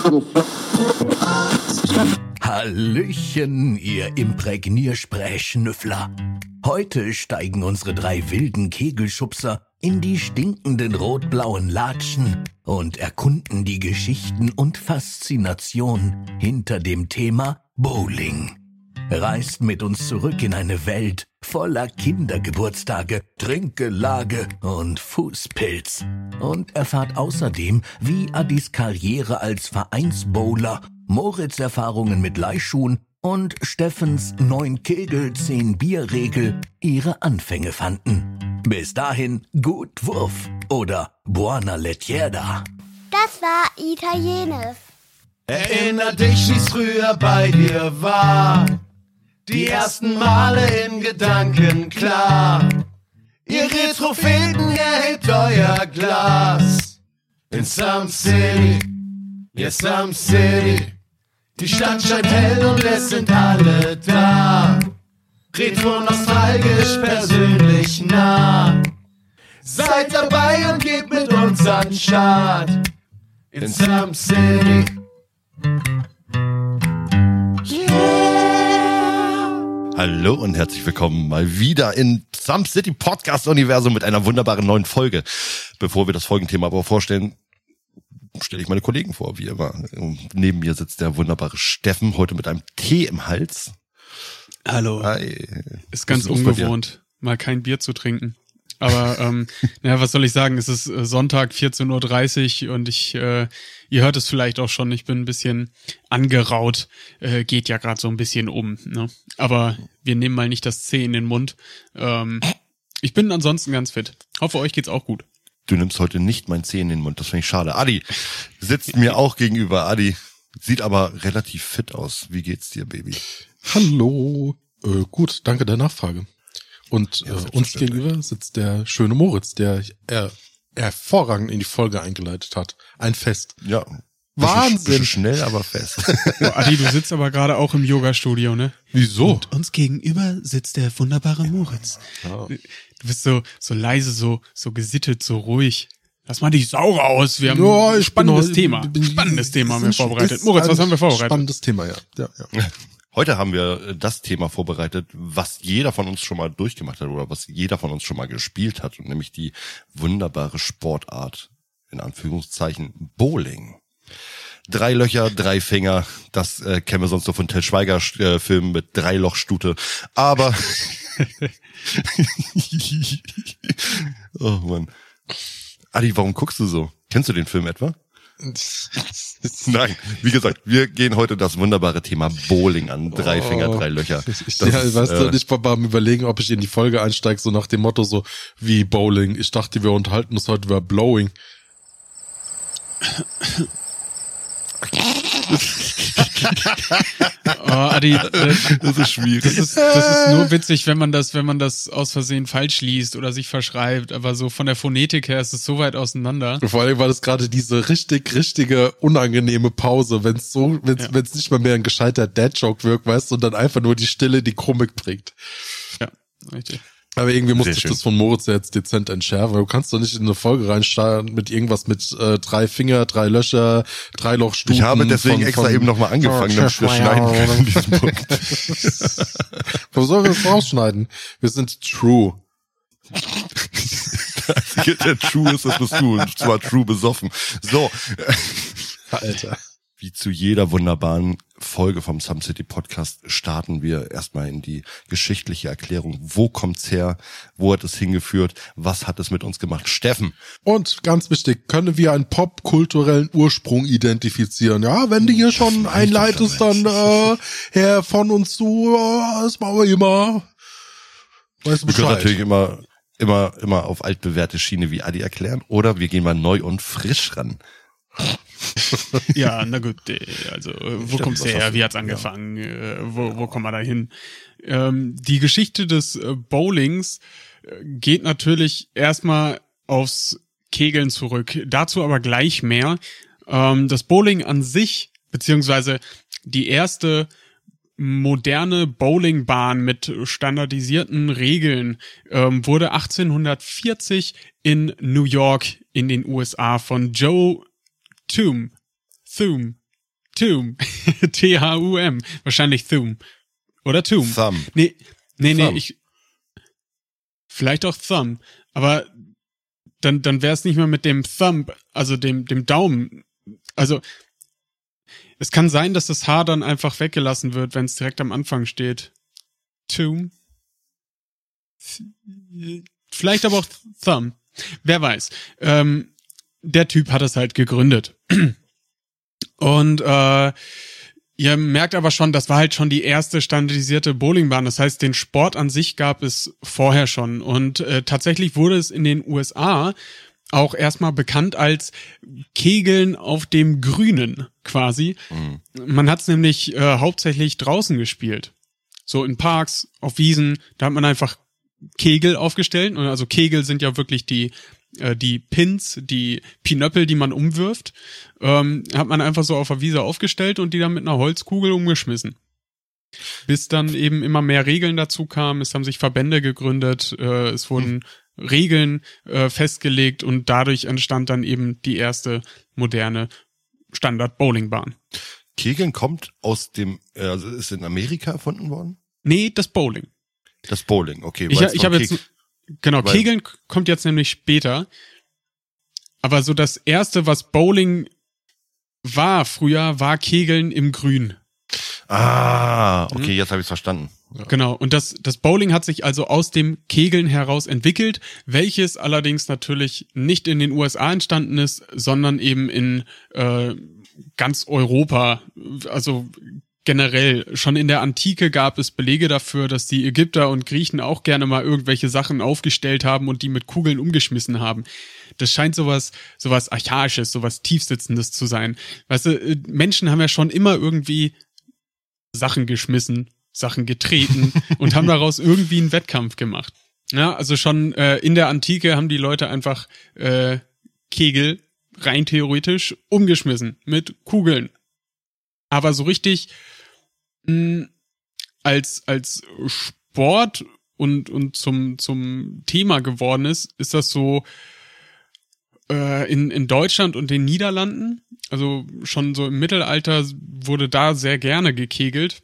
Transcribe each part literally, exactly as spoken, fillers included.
Hallöchen, ihr Imprägniersprechschnüffler. Heute steigen unsere drei wilden Kegelschubser in die stinkenden rot-blauen Latschen und erkunden die Geschichten und Faszination hinter dem Thema Bowling. Reist mit uns zurück in eine Welt voller Kindergeburtstage, Trinkgelage und Fußpilz. Und erfahrt außerdem, wie Addis Karriere als Vereinsbowler, Moritz Erfahrungen mit Leihschuhen und Steffens neun Kegel, zehn Bierregel ihre Anfänge fanden. Bis dahin, gut Wurf oder Buona Lettiera. Das war Italienisch. Erinner dich, wie's früher bei dir war. Die ersten Male in Gedanken klar. Ihr Retropheten erhebt euer Glas. In Some City, ja Some City. Die Stadt scheint hell und es sind alle da. Retro nostalgisch, persönlich nah. Seid dabei und geht mit uns an den Start. In Some City. Hallo und herzlich willkommen mal wieder in Some City Podcast Universum mit einer wunderbaren neuen Folge. Bevor wir das Folgenthema aber vorstellen, stelle ich meine Kollegen vor, wie immer. Neben mir sitzt der wunderbare Steffen, heute mit einem Tee im Hals. Hallo. Hi. Ist ganz ungewohnt, mal kein Bier zu trinken. Aber ähm, naja, was soll ich sagen? Es ist äh, Sonntag, vierzehn Uhr dreißig und ich, äh, ihr hört es vielleicht auch schon, ich bin ein bisschen angeraut, äh, geht ja gerade so ein bisschen um. Ne? Aber wir nehmen mal nicht das C in den Mund. Ähm, ich bin ansonsten ganz fit. Hoffe, euch geht's auch gut. Du nimmst heute nicht mein Zeh in den Mund, das finde ich schade. Adi sitzt mir auch gegenüber. Adi sieht aber relativ fit aus. Wie geht's dir, Baby? Hallo. Äh, gut, danke der Nachfrage. Und Ja, äh, uns gegenüber sitzt der schöne Moritz, der er, hervorragend in die Folge eingeleitet hat. Ein Fest. Ja. Wahnsinn. Bisschen, bisschen schnell, aber fest. Oh, Adi, du sitzt aber gerade auch im Yoga-Studio, ne? Wieso? Und uns gegenüber sitzt der wunderbare Moritz. Ja. Du bist so so leise, so so gesittet, so ruhig. Lass mal die Sau raus. Wir haben Ja, ein ich spannendes bin, Thema. bin, Spannendes Thema haben wir ist ein- vorbereitet. ist Moritz, was ein haben wir vorbereitet? Spannendes Thema, ja. ja, ja. Heute haben wir das Thema vorbereitet, was jeder von uns schon mal durchgemacht hat oder was jeder von uns schon mal gespielt hat, und nämlich die wunderbare Sportart, in Anführungszeichen, Bowling. Drei Löcher, drei Finger, das äh, kennen wir sonst so von Til Schweiger äh, Filmen mit Dreilochstute, aber oh Mann. Adi, warum guckst du so? Kennst du den Film etwa? Nein, wie gesagt, wir gehen heute das wunderbare Thema Bowling an. Drei Oh. Finger, drei Löcher. Ich, Das ja, ist, weißt äh, du, ich war beim Überlegen, ob ich in die Folge einsteige, so nach dem Motto so, wie Bowling. Ich dachte, wir unterhalten uns heute über Blowing. Oh, Adi, äh, das ist schwierig. das ist das ist nur witzig, wenn man das wenn man das aus Versehen falsch liest oder sich verschreibt. Aber so von der Phonetik her ist es so weit auseinander. Vor allem war das gerade diese richtig, richtige, unangenehme Pause, wenn es so, wenn es Ja. wenn's nicht mal mehr ein gescheiter Dad-Joke wirkt, weißt du, und dann einfach nur die Stille, die Komik bringt. Ja, richtig. Aber irgendwie musste Sehr ich schön. das von Moritz ja jetzt dezent entschärfen. Du kannst doch nicht in eine Folge reinstarten mit irgendwas mit äh, drei Finger, drei Löcher, drei Lochstuten. Ich habe deswegen von, extra von, eben nochmal angefangen, damit wir schneiden können an diesem Punkt. Wo sollen wir das rausschneiden? Wir sind true. Der True ist, das bist du, und zwar True besoffen. So, Alter. wie zu jeder wunderbaren Folge vom Some City Podcast starten wir erstmal in die geschichtliche Erklärung. Wo kommt's her? Wo hat es hingeführt? Was hat es mit uns gemacht? Steffen, Und ganz wichtig, können wir einen popkulturellen Ursprung identifizieren? Ja, wenn du hier schon einleitest, dann äh, Herr von uns zu, äh, das machen wir immer. Weißt du wir können Bescheid? natürlich immer, immer, immer auf altbewährte Schiene wie Adi erklären, oder wir gehen mal neu und frisch ran. Ja, na gut, äh, also äh, wo Stimmt, kommt's was hast her? du? Wie hat's angefangen? Äh, wo, wo kommen wir da hin? Ähm, die Geschichte des äh, Bowlings äh, geht natürlich erstmal aufs Kegeln zurück. Dazu aber gleich mehr. Ähm, das Bowling an sich, beziehungsweise die erste moderne Bowlingbahn mit standardisierten Regeln ähm, wurde achtzehnhundertvierzig in New York in den U S A von Joe Thum, Thum, Thum. T H U M. Wahrscheinlich Thum. Oder Thum. Thumb. Nee, nee, nee, Thumb. ich, vielleicht auch Thumb. Aber dann, dann wäre es nicht mehr mit dem Thumb, also dem, dem Daumen. Also, es kann sein, dass das H dann einfach weggelassen wird, wenn es direkt am Anfang steht. Thum. Vielleicht aber auch Thumb. Wer weiß. Ähm, der Typ hat es halt gegründet. Und äh, ihr merkt aber schon, das war halt schon die erste standardisierte Bowlingbahn. Das heißt, den Sport an sich gab es vorher schon. Und äh, tatsächlich wurde es in den U S A auch erstmal bekannt als Kegeln auf dem Grünen quasi. Mhm. Man hat es nämlich äh, hauptsächlich draußen gespielt. So in Parks, auf Wiesen, da hat man einfach Kegel aufgestellt. Und also Kegel sind ja wirklich die äh, die Pins, die Pinöppel, die man umwirft. Ähm, hat man einfach so auf der Wiese aufgestellt und die dann mit einer Holzkugel umgeschmissen. Bis dann eben immer mehr Regeln dazu kamen. Es haben sich Verbände gegründet. Äh, es wurden mhm. Regeln äh, festgelegt und dadurch entstand dann eben die erste moderne Standard-Bowlingbahn. Kegeln kommt aus dem, äh, also ist in Amerika erfunden worden? Nee, das Bowling. Das Bowling, okay. Ich, ich habe jetzt, genau, weil, Kegeln kommt jetzt nämlich später. Aber so das erste, was Bowling war früher, war Kegeln im Grün. Ah, okay, mhm. jetzt habe ich es verstanden. Ja. Genau, und das, das Bowling hat sich also aus dem Kegeln heraus entwickelt, welches allerdings natürlich nicht in den U S A entstanden ist, sondern eben in äh, ganz Europa, also generell. Schon in der Antike gab es Belege dafür, dass die Ägypter und Griechen auch gerne mal irgendwelche Sachen aufgestellt haben und die mit Kugeln umgeschmissen haben. Das scheint sowas, sowas Archaisches, sowas Tiefsitzendes zu sein. Weißt du, Menschen haben ja schon immer irgendwie Sachen geschmissen, Sachen getreten und haben daraus irgendwie einen Wettkampf gemacht. Ja, also schon äh, in der Antike haben die Leute einfach äh, Kegel rein theoretisch umgeschmissen mit Kugeln. Aber so richtig mh, als als Sport und und zum zum Thema geworden ist, ist das so äh, in in Deutschland und den Niederlanden. Also schon so im Mittelalter wurde da sehr gerne gekegelt.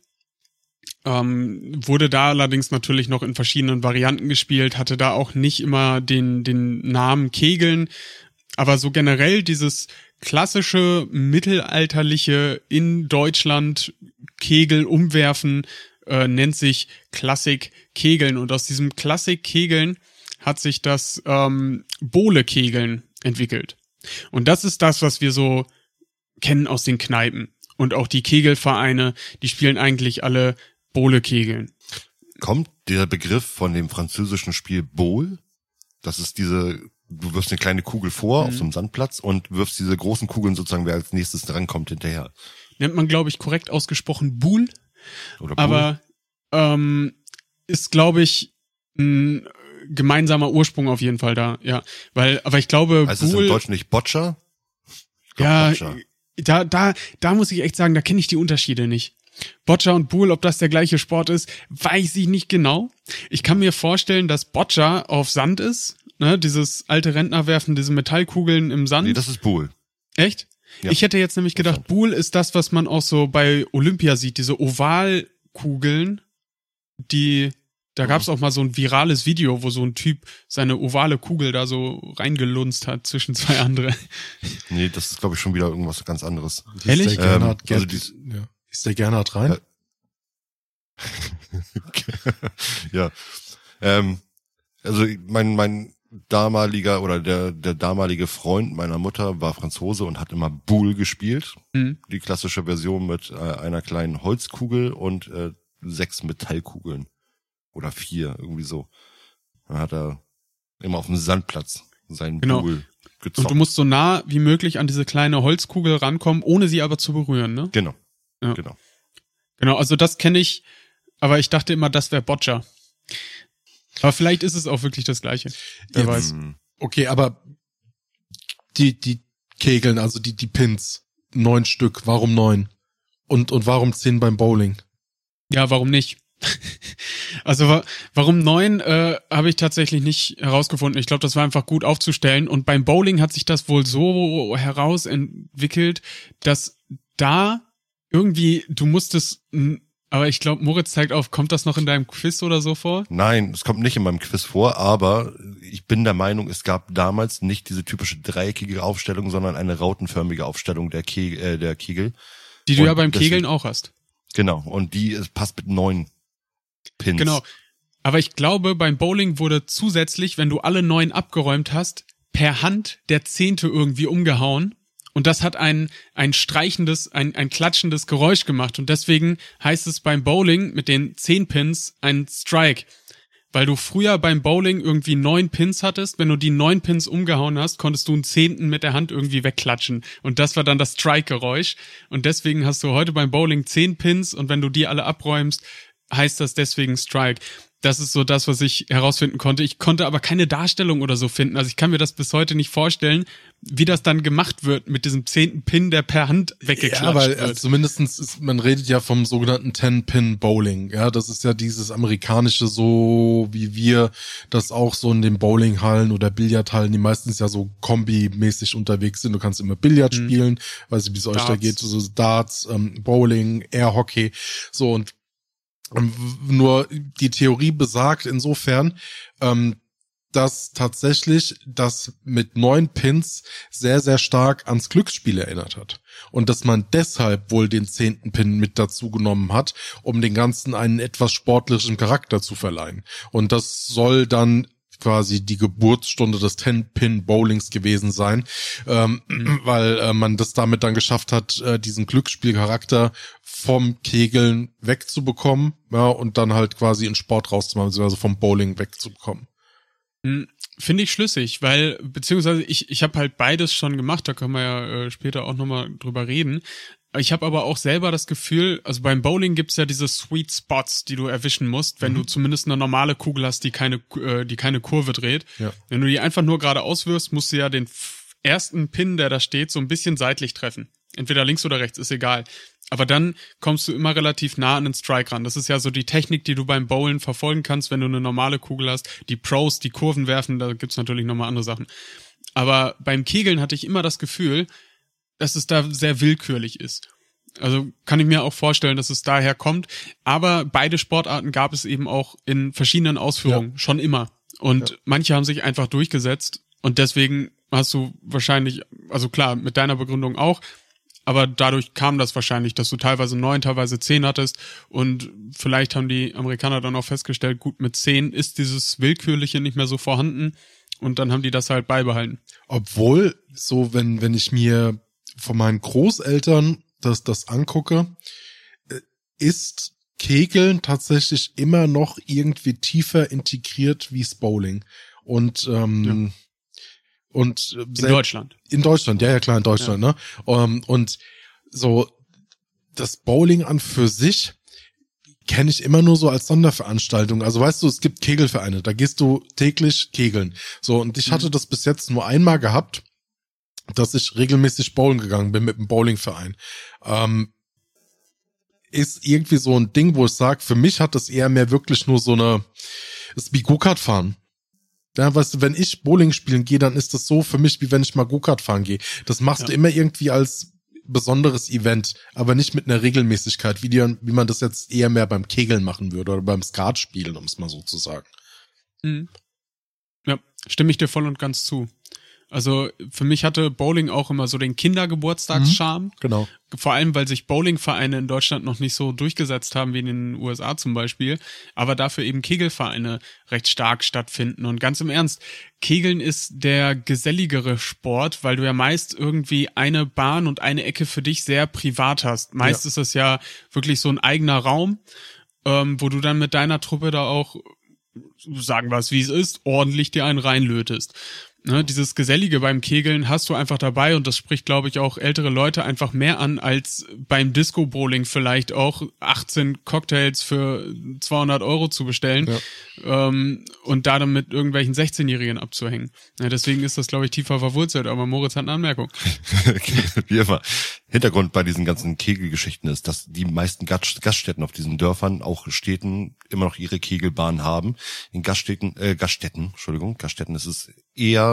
Ähm, wurde da allerdings natürlich noch in verschiedenen Varianten gespielt, hatte da auch nicht immer den den Namen Kegeln, aber so generell dieses klassische mittelalterliche in Deutschland Kegel umwerfen äh, nennt sich Klassik-Kegeln und aus diesem Klassik-Kegeln hat sich das ähm, Bowle-Kegeln entwickelt. Und das ist das, was wir so kennen aus den Kneipen. Und auch die Kegelvereine, die spielen eigentlich alle Bowle-Kegeln. Kommt der Begriff von dem französischen Spiel Bowl? Das ist diese, du wirfst eine kleine Kugel vor mhm. auf so einem Sandplatz und wirfst diese großen Kugeln sozusagen, wer als nächstes drankommt, hinterher. Nennt man, glaube ich, korrekt ausgesprochen Boule. Oder Boule. Aber ähm, ist, glaube ich, ein gemeinsamer Ursprung auf jeden Fall da. Ja, weil, aber ich glaube, also Boule, ist im Deutschen nicht Boccia? Ich glaub, ja, Boccia. da, da, da muss ich echt sagen, da kenne ich die Unterschiede nicht. Boccia und Boule, ob das der gleiche Sport ist, weiß ich nicht genau. Ich kann mir vorstellen, dass Boccia auf Sand ist, ne, dieses alte Rentner werfen diese Metallkugeln im Sand. Nee, das ist Boule. Echt? Ja. Ich hätte jetzt nämlich gedacht, Boule ist das, was man auch so bei Olympia sieht, diese Ovalkugeln, die, da gab's auch mal so ein virales Video, wo so ein Typ seine ovale Kugel da so reingelunzt hat zwischen zwei andere. Nee, das ist, glaube ich, schon wieder irgendwas ganz anderes. Ehrlich? Der Gernot, ähm, also dies, ja. Ist der Gernot rein? Ja. Ähm, also mein mein damaliger oder der der damalige Freund meiner Mutter war Franzose und hat immer Boule gespielt. Mhm. Die klassische Version mit äh, einer kleinen Holzkugel und äh, sechs Metallkugeln. Oder vier, irgendwie so. Dann hat er immer auf dem Sandplatz seinen Genau. Boule gezockt. Und du musst so nah wie möglich an diese kleine Holzkugel rankommen, ohne sie aber zu berühren, ne? Genau. Ja. Genau. Genau, also das kenne ich, aber ich dachte immer, das wäre Boccia. Aber vielleicht ist es auch wirklich das Gleiche. Wer Ja, weiß. Okay, aber die, die Kegeln, also die, die Pins, neun Stück, warum neun? Und, und warum zehn beim Bowling? Ja, warum nicht? Also wa- warum neun, äh, habe ich tatsächlich nicht herausgefunden. Ich glaube, das war einfach gut aufzustellen. Und beim Bowling hat sich das wohl so herausentwickelt, dass da Irgendwie, du musstest, aber ich glaube, Moritz zeigt auf, kommt das noch in deinem Quiz oder so vor? Nein, es kommt nicht in meinem Quiz vor, aber ich bin der Meinung, es gab damals nicht diese typische dreieckige Aufstellung, sondern eine rautenförmige Aufstellung der, Ke äh, der Kegel. Die du und ja beim deswegen, Kegeln auch hast. Genau, und die es passt mit neun Pins. Genau. Aber ich glaube, beim Bowling wurde zusätzlich, wenn du alle neun abgeräumt hast, per Hand der Zehnte irgendwie umgehauen. Und das hat ein, ein streichendes, ein, ein klatschendes Geräusch gemacht. Und deswegen heißt es beim Bowling mit den zehn Pins ein Strike. Weil du früher beim Bowling irgendwie neun Pins hattest. Wenn du die neun Pins umgehauen hast, konntest du einen Zehnten mit der Hand irgendwie wegklatschen. Und das war dann das Strike-Geräusch. Und deswegen hast du heute beim Bowling zehn Pins. Und wenn du die alle abräumst, heißt das deswegen Strike. Das ist so das, was ich herausfinden konnte. Ich konnte aber keine Darstellung oder so finden. Also ich kann mir das bis heute nicht vorstellen, wie das dann gemacht wird mit diesem zehnten Pin, der per Hand weggeklatscht ja, weil, wird. also zumindestens ist, man redet ja vom sogenannten Ten-Pin-Bowling. Ja, das ist ja dieses amerikanische, so wie wir das auch so in den Bowlinghallen oder Billardhallen, die meistens ja so kombimäßig unterwegs sind. Du kannst immer Billard mhm. spielen, weiß nicht, wie es euch da geht, so Darts, ähm, Bowling, Airhockey, so und nur die Theorie besagt insofern, ähm, dass tatsächlich das mit neun Pins sehr, sehr stark ans Glücksspiel erinnert hat. Und dass man deshalb wohl den zehnten Pin mit dazu genommen hat, um den Ganzen einen etwas sportlichen Charakter zu verleihen. Und das soll dann quasi die Geburtsstunde des Ten-Pin-Bowlings gewesen sein, ähm, mhm. weil äh, man das damit dann geschafft hat, äh, diesen Glücksspielcharakter vom Kegeln wegzubekommen, ja, und dann halt quasi in Sport rauszumachen, also vom Bowling wegzubekommen. Finde ich schlüssig, weil, beziehungsweise ich ich habe halt beides schon gemacht, da können wir ja äh, später auch nochmal drüber reden. Ich habe aber auch selber das Gefühl, also beim Bowling gibt's ja diese Sweet Spots, die du erwischen musst, wenn mhm. du zumindest eine normale Kugel hast, die keine äh, die keine Kurve dreht. Ja. Wenn du die einfach nur gerade auswirfst, musst du ja den ersten Pin, der da steht, so ein bisschen seitlich treffen. Entweder links oder rechts, ist egal. Aber dann kommst du immer relativ nah an den Strike ran. Das ist ja so die Technik, die du beim Bowlen verfolgen kannst, wenn du eine normale Kugel hast. Die Pros, die Kurven werfen, da gibt's natürlich nochmal andere Sachen. Aber beim Kegeln hatte ich immer das Gefühl, dass es da sehr willkürlich ist. Also kann ich mir auch vorstellen, dass es daher kommt. Aber beide Sportarten gab es eben auch in verschiedenen Ausführungen, ja. schon immer. Und ja. manche haben sich einfach durchgesetzt. Und deswegen hast du wahrscheinlich, also klar, mit deiner Begründung auch, aber dadurch kam das wahrscheinlich, dass du teilweise neun, teilweise zehn hattest. Und vielleicht haben die Amerikaner dann auch festgestellt, gut, mit zehn ist dieses Willkürliche nicht mehr so vorhanden. Und dann haben die das halt beibehalten. Obwohl, so wenn wenn ich mir von meinen Großeltern das das angucke, ist Kegeln tatsächlich immer noch irgendwie tiefer integriert wie das Bowling. Und ähm, ja. Und in Deutschland. In Deutschland, ja, ja klar, in Deutschland, ja. ne? Um, und so das Bowling an für sich kenne ich immer nur so als Sonderveranstaltung. Also weißt du, es gibt Kegelvereine, da gehst du täglich kegeln. So, und ich mhm. hatte das bis jetzt nur einmal gehabt, dass ich regelmäßig bowlen gegangen bin mit einem Bowlingverein. Ähm, ist irgendwie so ein Ding, wo ich sage, für mich hat das eher mehr wirklich nur so eine, ist wie Go-Kart fahren. Ja, weißt du, wenn ich Bowling spielen gehe, dann ist das so für mich, wie wenn ich mal Go-Kart fahren gehe. Das machst ja. du immer irgendwie als besonderes Event, aber nicht mit einer Regelmäßigkeit, wie, die, wie man das jetzt eher mehr beim Kegeln machen würde oder beim Skat spielen, um es mal so zu sagen. Mhm. Ja, stimme ich dir voll und ganz zu. Also für mich hatte Bowling auch immer so den Kindergeburtstagscharme. Mhm, genau. Vor allem, weil sich Bowlingvereine in Deutschland noch nicht so durchgesetzt haben wie in den U S A zum Beispiel, aber dafür eben Kegelvereine recht stark stattfinden. Und ganz im Ernst, Kegeln ist der geselligere Sport, weil du ja meist irgendwie eine Bahn und eine Ecke für dich sehr privat hast. Meist ja. ist es ja wirklich so ein eigener Raum, ähm, wo du dann mit deiner Truppe da auch, sagen wir es wie es ist, ordentlich dir einen reinlötest. Ne, dieses Gesellige beim Kegeln hast du einfach dabei und das spricht, glaube ich, auch ältere Leute einfach mehr an, als beim Disco-Bowling vielleicht auch achtzehn Cocktails für zweihundert Euro zu bestellen ja. ähm, und da dann mit irgendwelchen sechzehnjährigen abzuhängen. Ja, deswegen ist das, glaube ich, tiefer verwurzelt, aber Moritz hat eine Anmerkung. Wie immer. Hintergrund bei diesen ganzen Kegelgeschichten ist, dass die meisten Gaststätten auf diesen Dörfern, auch Städten, immer noch ihre Kegelbahnen haben. In Gaststätten, äh, Gaststätten, Entschuldigung, Gaststätten ist es eher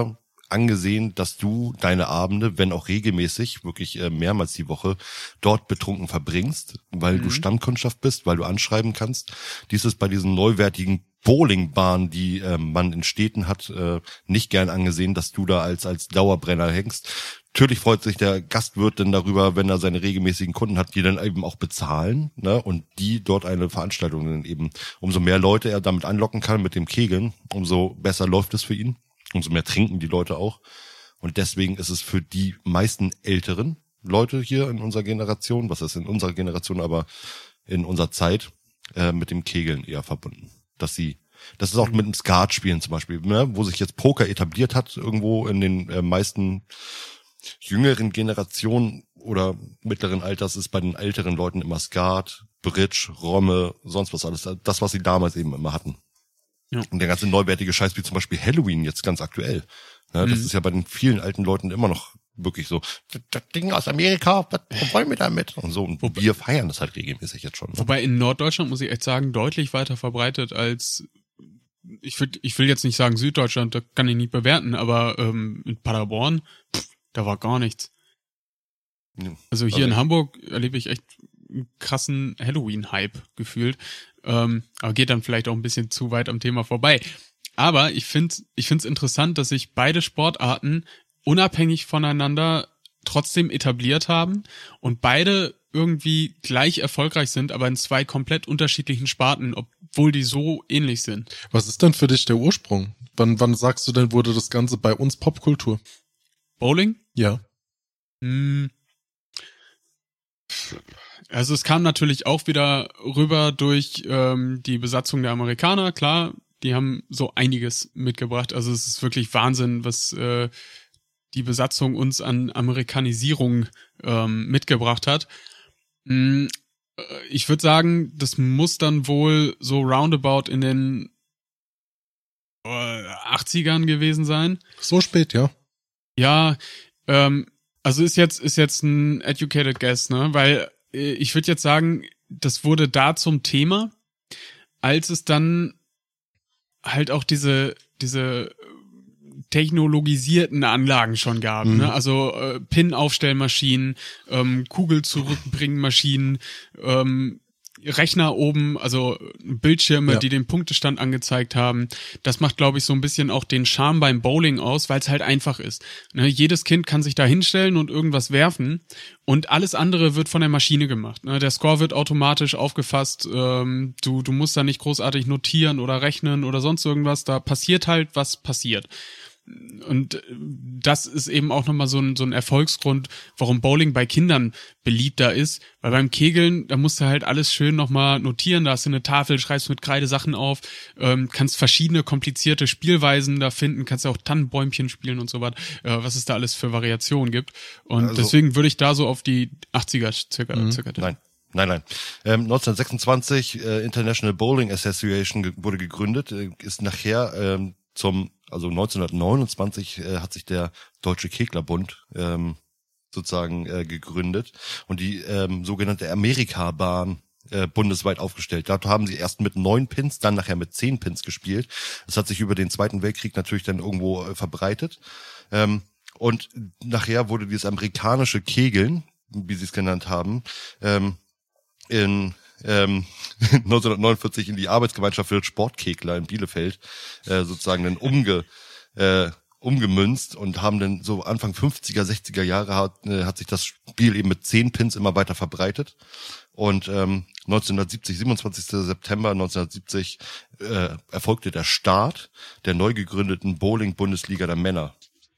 angesehen, dass du deine Abende, wenn auch regelmäßig, wirklich äh, mehrmals die Woche, dort betrunken verbringst, weil mhm. du Stammkundschaft bist, weil du anschreiben kannst. Dies ist bei diesen neuwertigen Bowlingbahnen, die äh, man in Städten hat, äh, nicht gern angesehen, dass du da als als Dauerbrenner hängst. Natürlich freut sich der Gastwirt dann darüber, wenn er seine regelmäßigen Kunden hat, die dann eben auch bezahlen, ne, und die dort eine Veranstaltung dann eben, umso mehr Leute er damit anlocken kann mit dem Kegeln, umso besser läuft es für ihn. Umso mehr trinken die Leute auch. Und deswegen ist es für die meisten älteren Leute hier in unserer Generation, was ist in unserer Generation, aber in unserer Zeit, äh, mit dem Kegeln eher verbunden. Dass sie, das ist auch mit dem Skatspielen zum Beispiel, ne, wo sich jetzt Poker etabliert hat, irgendwo in den äh, meisten jüngeren Generationen oder mittleren Alters ist bei den älteren Leuten immer Skat, Bridge, Romme, sonst was alles. Das, was sie damals eben immer hatten. Ja. Und der ganze neuwertige Scheiß wie zum Beispiel Halloween jetzt ganz aktuell. Ja, das mhm. ist ja bei den vielen alten Leuten immer noch wirklich so, das Ding aus Amerika, was wollen wir damit? Und so, und wobei, wir feiern das halt regelmäßig jetzt schon. Ne? Wobei in Norddeutschland, muss ich echt sagen, deutlich weiter verbreitet als, ich will, ich will jetzt nicht sagen Süddeutschland, da kann ich nicht bewerten, aber ähm, in Paderborn, pff, da war gar nichts. Ja, also hier in Hamburg erlebe ich echt einen krassen Halloween-Hype gefühlt. Ähm, aber geht dann vielleicht auch ein bisschen zu weit am Thema vorbei. Aber ich finde ich finde es interessant, dass sich beide Sportarten unabhängig voneinander trotzdem etabliert haben und beide irgendwie gleich erfolgreich sind, aber in zwei komplett unterschiedlichen Sparten, obwohl die so ähnlich sind. Was ist denn für dich der Ursprung? Wann, wann sagst du denn, wurde das Ganze bei uns Popkultur? Bowling? Ja. Hm. Also es kam natürlich auch wieder rüber durch ähm, die Besatzung der Amerikaner, klar, die haben so einiges mitgebracht. Also es ist wirklich Wahnsinn, was äh, die Besatzung uns an Amerikanisierung ähm, mitgebracht hat. Mm, ich würde sagen, das muss dann wohl so roundabout in den äh, achtzigern gewesen sein. So spät, ja. Ja, ähm, also ist jetzt ist jetzt ein educated guess, ne? Weil äh, ich würde jetzt sagen, das wurde da zum Thema, als es dann halt auch diese diese technologisierten Anlagen schon gab, mhm. ne? Also äh, Pin-Aufstellmaschinen, ähm, Kugel-Zurückbringen-Maschinen, ähm, Rechner oben, also Bildschirme, ja. die den Punktestand angezeigt haben. Das macht, glaube ich, so ein bisschen auch den Charme beim Bowling aus, weil es halt einfach ist. Ne? Jedes Kind kann sich da hinstellen und irgendwas werfen und alles andere wird von der Maschine gemacht. Ne? Der Score wird automatisch aufgefasst. Ähm, du, du musst da nicht großartig notieren oder rechnen oder sonst irgendwas. Da passiert halt, was passiert. Und das ist eben auch nochmal so ein, so ein Erfolgsgrund, warum Bowling bei Kindern beliebter ist, weil beim Kegeln, da musst du halt alles schön nochmal notieren, da hast du eine Tafel, schreibst mit Kreide Sachen auf, ähm, kannst verschiedene komplizierte Spielweisen da finden, kannst ja auch Tannenbäumchen spielen und so was, äh, was es da alles für Variationen gibt. Und also, deswegen würde ich da so auf die achtziger circa, mhm. circa Nein. Nein, nein. Ähm, neunzehnhundertsechsundzwanzig äh, International Bowling Association ge- wurde gegründet, äh, ist nachher ähm, zum Also neunzehnhundertneunundzwanzig äh, hat sich der Deutsche Keglerbund ähm, sozusagen äh, gegründet und die ähm, sogenannte Amerika-Bahn äh, bundesweit aufgestellt. Dort haben sie erst mit neun Pins, dann nachher mit zehn Pins gespielt. Das hat sich über den Zweiten Weltkrieg natürlich dann irgendwo äh, verbreitet. Ähm, und nachher wurde dieses amerikanische Kegeln, wie sie es genannt haben, ähm, in ähm, neunzehnhundertneunundvierzig in die Arbeitsgemeinschaft für Sportkegler in Bielefeld äh, sozusagen dann umge, äh, umgemünzt und haben dann so Anfang fünfziger, sechziger Jahre hat, äh, hat sich das Spiel eben mit zehn Pins immer weiter verbreitet und ähm, neunzehnhundertsiebzig, siebenundzwanzigster September neunzehnhundertsiebzig äh, erfolgte der Start der neu gegründeten Bowling-Bundesliga der Männer.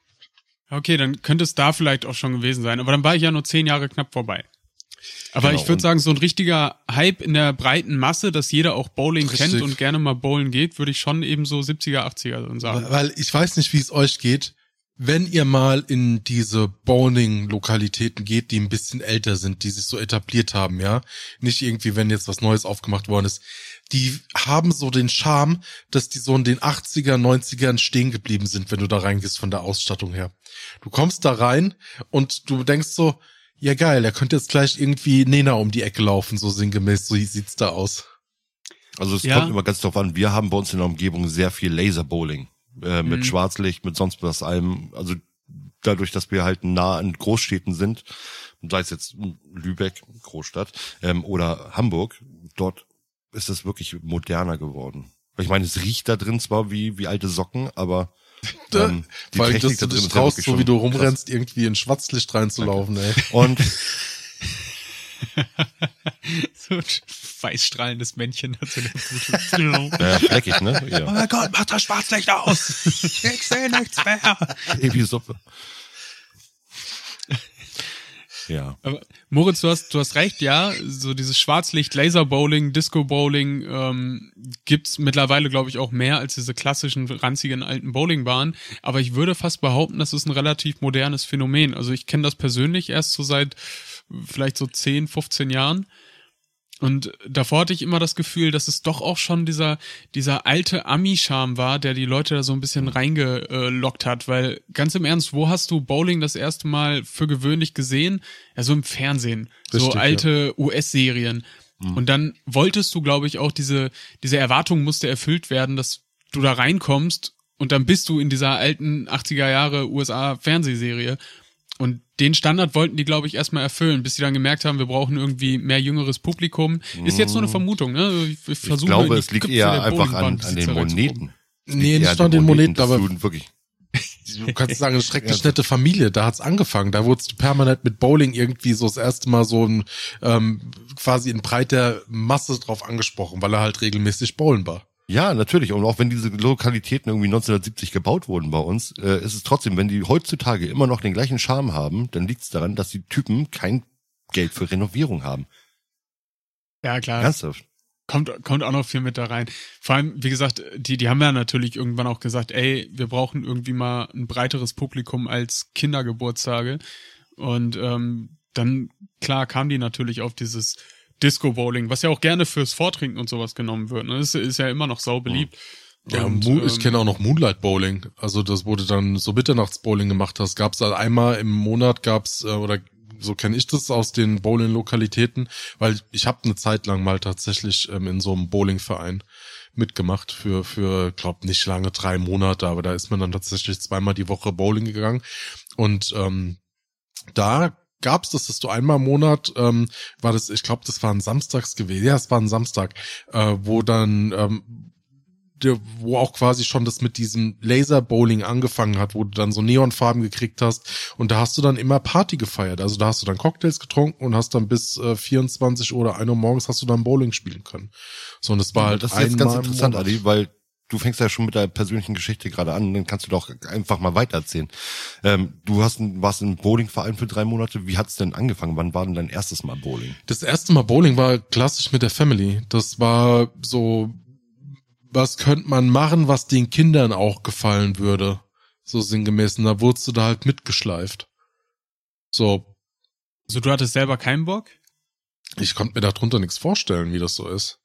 Okay, dann könnte es da vielleicht auch schon gewesen sein, aber dann war ich ja nur zehn Jahre knapp vorbei. Aber genau, ich würde sagen, so ein richtiger Hype in der breiten Masse, dass jeder auch Bowling richtig. kennt und gerne mal bowlen geht, würde ich schon eben so siebziger, achtziger sagen. Weil ich weiß nicht, wie es euch geht, wenn ihr mal in diese Bowling-Lokalitäten geht, die ein bisschen älter sind, die sich so etabliert haben, ja, nicht irgendwie, wenn jetzt was Neues aufgemacht worden ist, die haben so den Charme, dass die so in den achtziger, neunzigern stehen geblieben sind, wenn du da reingehst von der Ausstattung her. Du kommst da rein und du denkst so, ja geil, er könnte jetzt gleich irgendwie Nena um die Ecke laufen, so sinngemäß, so sieht's da aus. Also es ja. kommt immer ganz drauf an, wir haben bei uns in der Umgebung sehr viel Laserbowling. äh, mit Mhm. Schwarzlicht, mit sonst was allem. Also dadurch, dass wir halt nah an Großstädten sind, sei es jetzt Lübeck, Großstadt, ähm, oder Hamburg, dort ist es wirklich moderner geworden. Ich meine, es riecht da drin zwar wie wie alte Socken, aber ähm, die Weil Technik dass du da drin dich ist ja traust, wirklich so schon wie du krass. rumrennst, irgendwie in Schwarzlicht reinzulaufen, ey. Und So ein weißstrahlendes Männchen hat so eine Gute. naja, fleckig, ne? Oh Ja. mein Gott, mach das Schwarzlicht aus! Ich sehe nichts mehr! Ewige Suppe. Ja. Aber Moritz, du hast, du hast recht, ja, so dieses Schwarzlicht, Laserbowling, Disco-Bowling ähm, gibt's mittlerweile, glaube ich, auch mehr als diese klassischen, ranzigen alten Bowlingbahnen. Aber ich würde fast behaupten, das ist ein relativ modernes Phänomen. Also ich kenne das persönlich erst so seit vielleicht so zehn, fünfzehn Jahren. Und davor hatte ich immer das Gefühl, dass es doch auch schon dieser dieser alte Ami-Charme war, der die Leute da so ein bisschen reingelockt hat. Weil ganz im Ernst, wo hast du Bowling das erste Mal für gewöhnlich gesehen? Ja, so im Fernsehen. So Richtig, alte U S-Serien. Und dann wolltest du, glaube ich, auch diese diese Erwartung musste erfüllt werden, dass du da reinkommst und dann bist du in dieser alten achtziger Jahre U S A-Fernsehserie. Und den Standard wollten die, glaube ich, erstmal erfüllen, bis sie dann gemerkt haben, wir brauchen irgendwie mehr jüngeres Publikum. Ist jetzt nur eine Vermutung, ne? Ich, ich, Ich glaube, es liegt eher einfach an, an den Moneten. Es liegt Nee, eher nicht an den Moneten, dass aber du wirklich du kannst sagen, eine schrecklich nette Familie, da hat's angefangen. Da wurdest du permanent mit Bowling irgendwie so das erste Mal so ein ähm, quasi in breiter Masse drauf angesprochen, weil er halt regelmäßig bowlen war. Ja, natürlich. Und auch wenn diese Lokalitäten irgendwie neunzehnhundertsiebzig gebaut wurden bei uns, äh, ist es trotzdem, wenn die heutzutage immer noch den gleichen Charme haben, dann liegt es daran, dass die Typen kein Geld für Renovierung haben. Ja, klar. Ernsthaft. Kommt, kommt auch noch viel mit da rein. Vor allem, wie gesagt, die, die haben ja natürlich irgendwann auch gesagt, ey, wir brauchen irgendwie mal ein breiteres Publikum als Kindergeburtstage. Und ähm, dann, klar, kamen die natürlich auf dieses Disco-Bowling, was ja auch gerne fürs Vortrinken und sowas genommen wird. Ne? Das ist ja immer noch sau beliebt. Ja, Und, Mo- ich ähm, kenne auch noch Moonlight Bowling. Also das wurde dann so Mitternachtsbowling gemacht hast. Gab's halt einmal im Monat gab's äh, oder so kenne ich das aus den Bowling-Lokalitäten, weil ich habe eine Zeit lang mal tatsächlich ähm, in so einem Bowlingverein mitgemacht für für glaub nicht lange drei Monate, aber da ist man dann tatsächlich zweimal die Woche Bowling gegangen und ähm, da gab's das, dass du einmal im Monat, ähm, war das, ich glaube, das war ein Samstags gewesen, ja, es war ein Samstag, äh, wo dann, ähm, der, wo auch quasi schon das mit diesem Laser-Bowling angefangen hat, wo du dann so Neonfarben gekriegt hast und da hast du dann immer Party gefeiert, also da hast du dann Cocktails getrunken und hast dann bis äh, vierundzwanzig oder ein Uhr morgens hast du dann Bowling spielen können. So, und das war halt Das ist jetzt ganz einmal im interessant, Monat. Adi, weil du fängst ja schon mit der persönlichen Geschichte gerade an, dann kannst du doch einfach mal weitererzählen. Ähm, du hast ein, warst im Bowlingverein für drei Monate. Wie hat's denn angefangen? Wann war denn dein erstes Mal Bowling? Das erste Mal Bowling war klassisch mit der Family. Das war so, was könnte man machen, was den Kindern auch gefallen würde. So sinngemäß. Und da wurdest du da halt mitgeschleift. So, Also du hattest selber keinen Bock? ich konnte mir darunter nichts vorstellen, wie das so ist.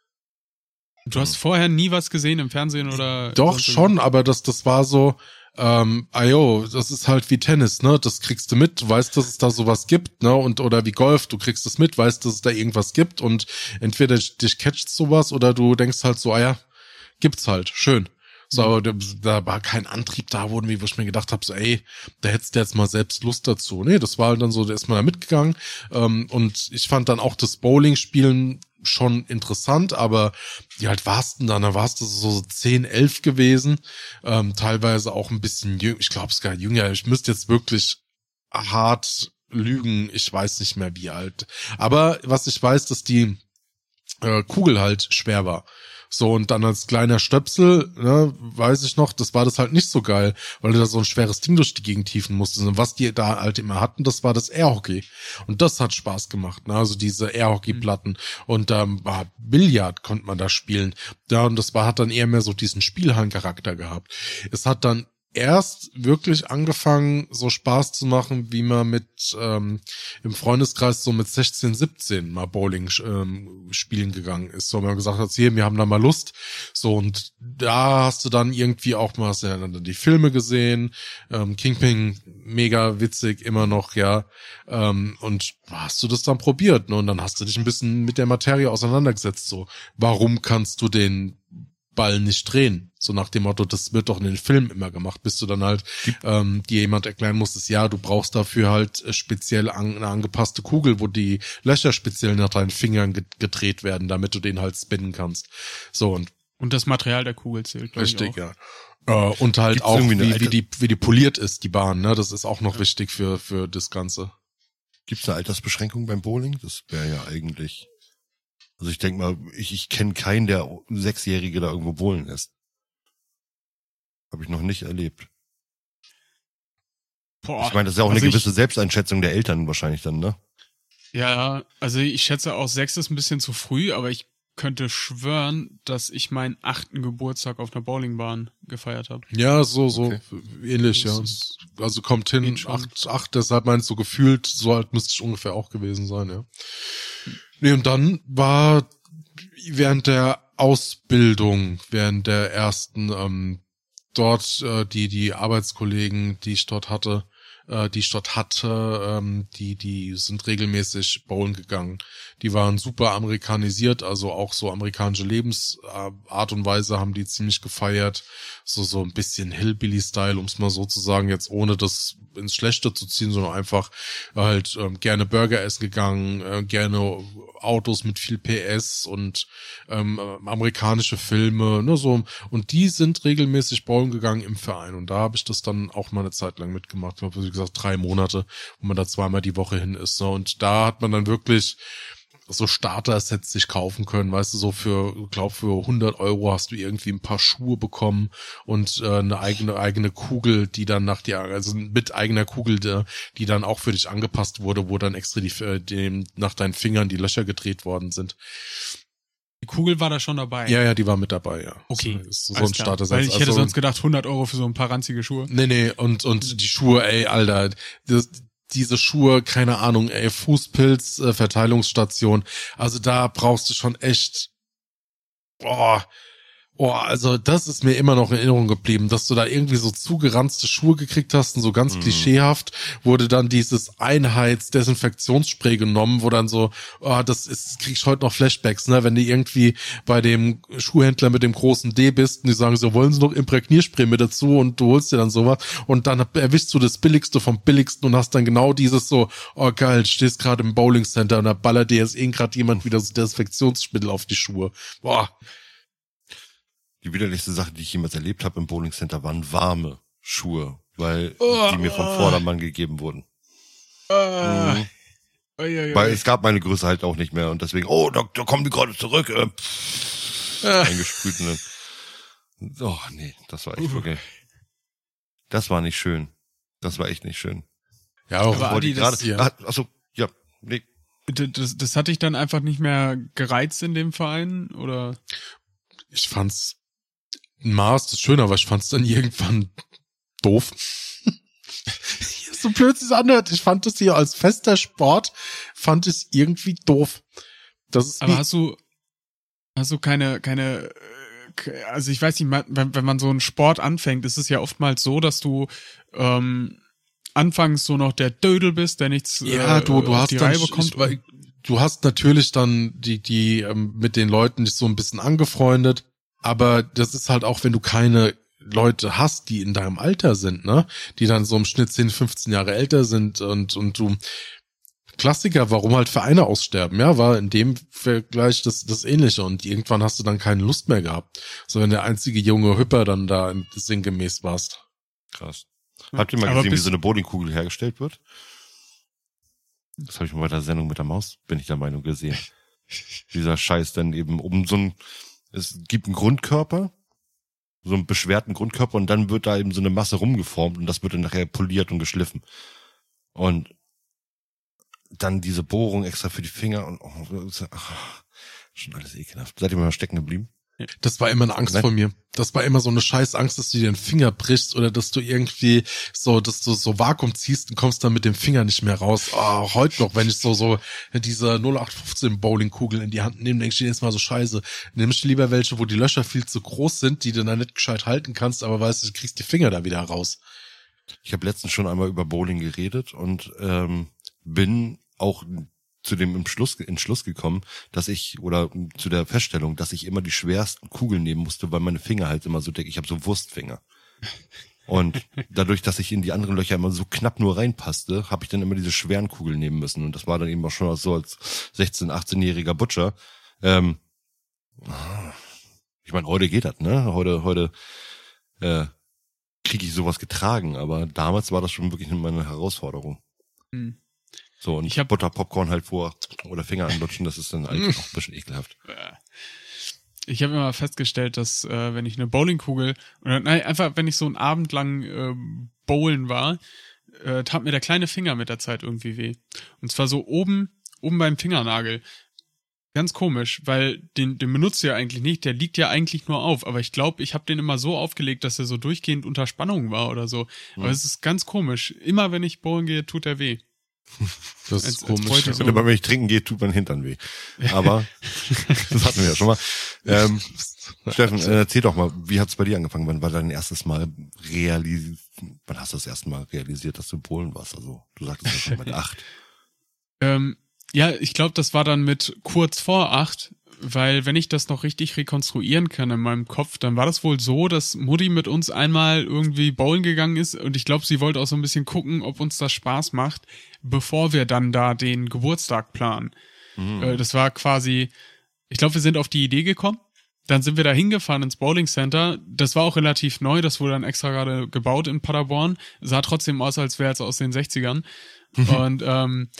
Du hast vorher nie was gesehen im Fernsehen oder? Doch, sonst schon, aber das, das war so, ähm, ayo, das ist halt wie Tennis, ne? Das kriegst du mit, du weißt, dass es da sowas gibt, ne? Und, oder wie Golf, du kriegst es mit, weißt, dass es da irgendwas gibt und entweder dich catcht sowas oder du denkst halt so, ah ja, gibt's halt, schön. So, aber da, da war kein Antrieb da, wo ich mir gedacht habe, so, ey, da hättest du jetzt mal selbst Lust dazu. Nee, das war halt dann so, der ist mal da mitgegangen. Ähm, und ich fand dann auch das Bowling-Spielen schon interessant, aber wie alt warst du dann? Da warst du so zehn, elf gewesen. Ähm, teilweise auch ein bisschen jünger, ich glaube sogar jünger. Ich müsste jetzt wirklich hart lügen, ich weiß nicht mehr wie alt. Aber was ich weiß, dass die äh, Kugel halt schwer war. So, und dann als kleiner Stöpsel, ne, weiß ich noch, das war das halt nicht so geil, weil du da so ein schweres Ding durch die Gegend tiefen musstest. Und was die da halt immer hatten, das war das Airhockey. Und das hat Spaß gemacht, ne, also diese Airhockey-Platten. Und ähm, war Billard konnte man da spielen. Ja, und das war, hat dann eher mehr so diesen Spielhallencharakter gehabt. Es hat dann erst wirklich angefangen, so Spaß zu machen, wie man mit ähm, im Freundeskreis so mit sechzehn, siebzehn mal Bowling ähm, spielen gegangen ist. So, wenn man gesagt hat, hier, wir haben da mal Lust. So, und da hast du dann irgendwie auch mal, hast du ja dann die Filme gesehen, ähm, Kingpin, mega witzig, immer noch, ja. Ähm, und hast du das dann probiert, ne? Und dann hast du dich ein bisschen mit der Materie auseinandergesetzt. So, warum kannst du den Ball nicht drehen. So nach dem Motto, das wird doch in den Filmen immer gemacht, bis du dann halt ähm, dir jemand erklären musstest, ja, du brauchst dafür halt äh, speziell an, eine angepasste Kugel, wo die Löcher speziell nach deinen Fingern ge- gedreht werden, damit du den halt spinnen kannst. So und Und das Material der Kugel zählt, glaub richtig, ich auch. ja. Äh, und halt Gibt's auch, irgendwie eine wie, alte- wie die wie die poliert ist, die Bahn, ne? Das ist auch noch wichtig für für das Ganze. Gibt's eine Altersbeschränkung beim Bowling? Das wäre ja eigentlich... Also ich denke mal, ich, ich kenne keinen, der Sechsjährige da irgendwo bowlen lässt. Habe ich noch nicht erlebt. Boah, Ich meine, das ist ja auch also eine gewisse ich, Selbsteinschätzung der Eltern wahrscheinlich dann, ne? Ja, also ich schätze auch sechs ist ein bisschen zu früh, aber ich könnte schwören, dass ich meinen achten Geburtstag auf einer Bowlingbahn gefeiert habe. Ja, so, so Okay. ähnlich, Das ja. ist- Also kommt hin, geht schon. acht, acht, deshalb meinst du gefühlt, so alt müsste ich ungefähr auch gewesen sein, ja. Nee, und dann war während der Ausbildung, während der ersten, ähm, dort äh, die die Arbeitskollegen, die ich dort hatte, äh, die ich dort hatte, ähm, die die sind regelmäßig bowlen gegangen. Die waren super amerikanisiert, also auch so amerikanische Lebensart und Weise haben die ziemlich gefeiert, so so ein bisschen Hillbilly-Style, um es mal so zu sagen, jetzt ohne das ins Schlechte zu ziehen, sondern einfach halt ähm, gerne Burger essen gegangen, äh, gerne Autos mit viel P S und ähm, amerikanische Filme, ne, so, und die sind regelmäßig bowlen gegangen im Verein und da habe ich das dann auch mal eine Zeit lang mitgemacht, ich glaube, wie gesagt, drei Monate, wo man da zweimal die Woche hin ist, ne, und da hat man dann wirklich so Starter-Sets sich kaufen können, weißt du, so für, ich glaube, für hundert Euro hast du irgendwie ein paar Schuhe bekommen und äh, eine eigene eigene Kugel, die dann nach dir, also mit eigener Kugel, die, die dann auch für dich angepasst wurde, wo dann extra die, äh, dem, nach deinen Fingern die Löcher gedreht worden sind. Die Kugel war da schon dabei. Ja, ja, die war mit dabei, ja. Okay. So, ist so Alles ein klar. Starter-Set. Weil ich hätte Also- sonst gedacht, hundert Euro für so ein paar ranzige Schuhe. Nee, nee, und, und die Schuhe, ey, Alter, das, diese Schuhe, keine Ahnung, ey, Fußpilz, äh, Verteilungsstation, also da brauchst du schon echt, boah, oh, also das ist mir immer noch in Erinnerung geblieben, dass du da irgendwie so zugeranzte Schuhe gekriegt hast und so ganz Mhm. klischeehaft wurde dann dieses Einheits-Desinfektionsspray genommen, wo dann so, oh, das ist, krieg ich heute noch Flashbacks, ne, wenn du irgendwie bei dem Schuhhändler mit dem großen D bist und die sagen so, wollen sie noch Imprägnierspray mit dazu und du holst dir dann sowas und dann erwischst du das Billigste vom Billigsten und hast dann genau dieses so, oh geil, stehst gerade im Bowling Center und da ballert dir jetzt eh gerade jemand wieder so Desinfektionsmittel auf die Schuhe. Boah. Die widerlichste Sache, die ich jemals erlebt habe im Bowling Center, waren warme Schuhe, weil Oh, die mir vom oh. Vordermann gegeben wurden. Ah. Mhm. Ui, ui, ui. Weil es gab meine Größe halt auch nicht mehr und deswegen, oh, da, da kommen die gerade zurück. Äh, Ah. eingesprüht und dann, oh nee, das war echt wirklich, das war nicht schön. Das war echt nicht schön. Ja, auch Aber Wollte Adi, ich das- gerade, ja. ah, achso, ja, nee. Das, das hatte ich dann einfach nicht mehr gereizt in dem Verein, oder? ich fand's ein Maß das schön, aber ich fand's dann irgendwann doof. So blöd es anhört, ich fand es hier als fester Sport, fand es irgendwie doof. Das ist Aber wie, hast du, hast du keine, keine, äh, ke- also ich weiß nicht, man- wenn, wenn man so einen Sport anfängt, ist es ja oftmals so, dass du ähm, anfangs so noch der Dödel bist, der nichts ja, äh, du, du auf hast die dann, Reihe bekommt. ich, weil, du hast natürlich dann die, die ähm, mit den Leuten dich so ein bisschen angefreundet, aber das ist halt auch, wenn du keine Leute hast, die in deinem Alter sind, ne, die dann so im Schnitt zehn, fünfzehn Jahre älter sind und, und du, Klassiker, warum halt Vereine aussterben, ja, war in dem Vergleich das, das Ähnliche und irgendwann hast du dann keine Lust mehr gehabt, so wenn der einzige junge Hüpper dann da sinngemäß warst. Krass. Habt ihr mal Aber gesehen, wie bis- so eine Bowlingkugel hergestellt wird? Das habe ich mal bei der Sendung mit der Maus, bin ich der Meinung, gesehen. Dieser Scheiß dann eben um so ein, es gibt einen Grundkörper, so einen beschwerten Grundkörper und dann wird da eben so eine Masse rumgeformt und das wird dann nachher poliert und geschliffen. Und dann diese Bohrung extra für die Finger und oh, ach, schon alles ekelhaft. Seid ihr mal stecken geblieben? Das war immer eine Angst Ne? von mir. Das war immer so eine scheiß Angst, dass du dir den Finger brichst oder dass du irgendwie so, dass du so Vakuum ziehst und kommst dann mit dem Finger nicht mehr raus. Oh, heute noch, wenn ich so, so diese null acht fünfzehn Bowlingkugel in die Hand nehme, denke ich jedes Mal so scheiße. Nimm ich lieber welche, wo die Löcher viel zu groß sind, die du dann nicht gescheit halten kannst, aber weißt du, du kriegst die Finger da wieder raus. Ich habe letztens schon einmal über Bowling geredet und ähm, bin auch zu dem Entschluss, Entschluss gekommen, dass ich, oder zu der Feststellung, dass ich immer die schwersten Kugeln nehmen musste, weil meine Finger halt immer so dick, ich habe so Wurstfinger. Und dadurch, dass ich in die anderen Löcher immer so knapp nur reinpasste, habe ich dann immer diese schweren Kugeln nehmen müssen. Und das war dann eben auch schon so als sechzehn-, achtzehnjähriger Butcher. Ähm, ich meine, heute geht das, ne? Heute, heute äh, kriege ich sowas getragen, aber damals war das schon wirklich meine Herausforderung. Hm. So, und ich hab Butter, Popcorn halt vor oder Finger anlutschen, das ist dann eigentlich auch ein bisschen ekelhaft. Ich habe immer festgestellt, dass äh, wenn ich eine Bowlingkugel oder nein, einfach wenn ich so einen Abend lang äh, bowlen war, äh, tat mir der kleine Finger mit der Zeit irgendwie weh. Und zwar so oben, oben beim Fingernagel. Ganz komisch, weil den, den benutzt du ja eigentlich nicht, der liegt ja eigentlich nur auf. Aber ich glaube, ich habe den immer so aufgelegt, dass er so durchgehend unter Spannung war oder so. Aber Ja. es ist ganz komisch. Immer wenn ich bowlen gehe, tut er weh. Das Als- ist als komisch. Beute ja. so. Aber wenn ich trinken gehe, tut mein Hintern weh. Aber das hatten wir ja schon mal. Ähm, Steffen, äh, erzähl doch mal, wie hat's bei dir angefangen? Wann war dein erstes Mal realisiert? Wann hast du das erste Mal realisiert, dass du Bowlen warst? Also du sagtest ja schon mit acht. Ähm, ja, ich glaube, das war dann mit kurz vor acht, weil wenn ich das noch richtig rekonstruieren kann in meinem Kopf, dann war das wohl so, dass Mutti mit uns einmal irgendwie bowlen gegangen ist und ich glaube, sie wollte auch so ein bisschen gucken, ob uns das Spaß macht, bevor wir dann da den Geburtstag planen. Mhm. Äh, das war quasi, ich glaube, wir sind auf die Idee gekommen. Dann sind wir da hingefahren ins Bowling Center. Das war auch relativ neu, das wurde dann extra gerade gebaut in Paderborn. Sah trotzdem aus, als wäre es aus den sechzigern. Und ähm,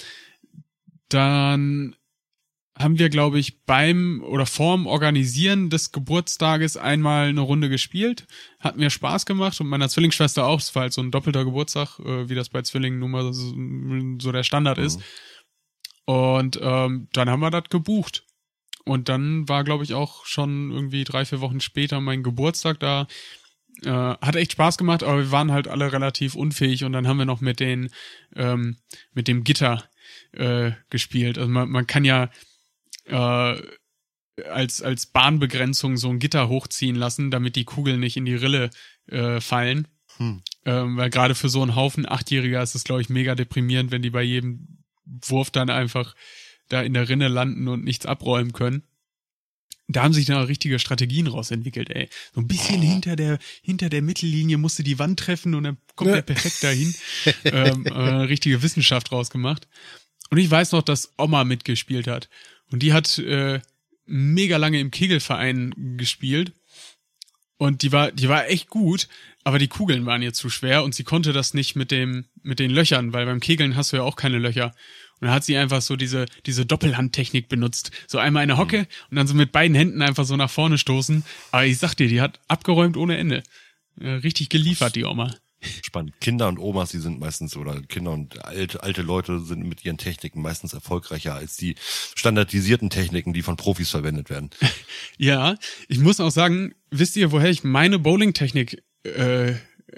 dann haben wir, glaube ich, beim oder vorm Organisieren des Geburtstages einmal eine Runde gespielt. Hat mir Spaß gemacht und meiner Zwillingsschwester auch. Es war halt so ein doppelter Geburtstag, äh, wie das bei Zwillingen nun mal so, so der Standard Mhm. ist. Und ähm, dann haben wir das gebucht. Und dann war, glaube ich, auch schon irgendwie drei, vier Wochen später mein Geburtstag da. Äh, hat echt Spaß gemacht, aber wir waren halt alle relativ unfähig und dann haben wir noch mit den, ähm, mit dem Gitter äh, gespielt. Also man, man kann ja äh, als, als Bahnbegrenzung so ein Gitter hochziehen lassen, damit die Kugeln nicht in die Rille äh, fallen. Hm. Ähm, weil gerade für so einen Haufen Achtjähriger ist es, glaube ich, mega deprimierend, wenn die bei jedem Wurf dann einfach da in der Rinne landen und nichts abräumen können. Da haben sich dann auch richtige Strategien rausentwickelt, ey. So ein bisschen hinter der, hinter der Mittellinie musste die Wand treffen und dann kommt er perfekt dahin. ähm, äh, richtige Wissenschaft rausgemacht. Und ich weiß noch, dass Oma mitgespielt hat. Und die hat äh, mega lange im Kegelverein gespielt. Und die war, die war echt gut, aber die Kugeln waren ihr zu schwer und sie konnte das nicht mit dem, mit den Löchern, weil beim Kegeln hast du ja auch keine Löcher. Und dann hat sie einfach so diese, diese Doppelhandtechnik benutzt. So einmal eine Hocke und dann so mit beiden Händen einfach so nach vorne stoßen. Aber ich sag dir, die hat abgeräumt ohne Ende. Äh, richtig geliefert, die Oma. Spannend. Kinder und Omas, die sind meistens, oder Kinder und alte, alte Leute sind mit ihren Techniken meistens erfolgreicher als die standardisierten Techniken, die von Profis verwendet werden. Ja, ich muss auch sagen, wisst ihr, woher ich meine Bowling-Technik äh, äh,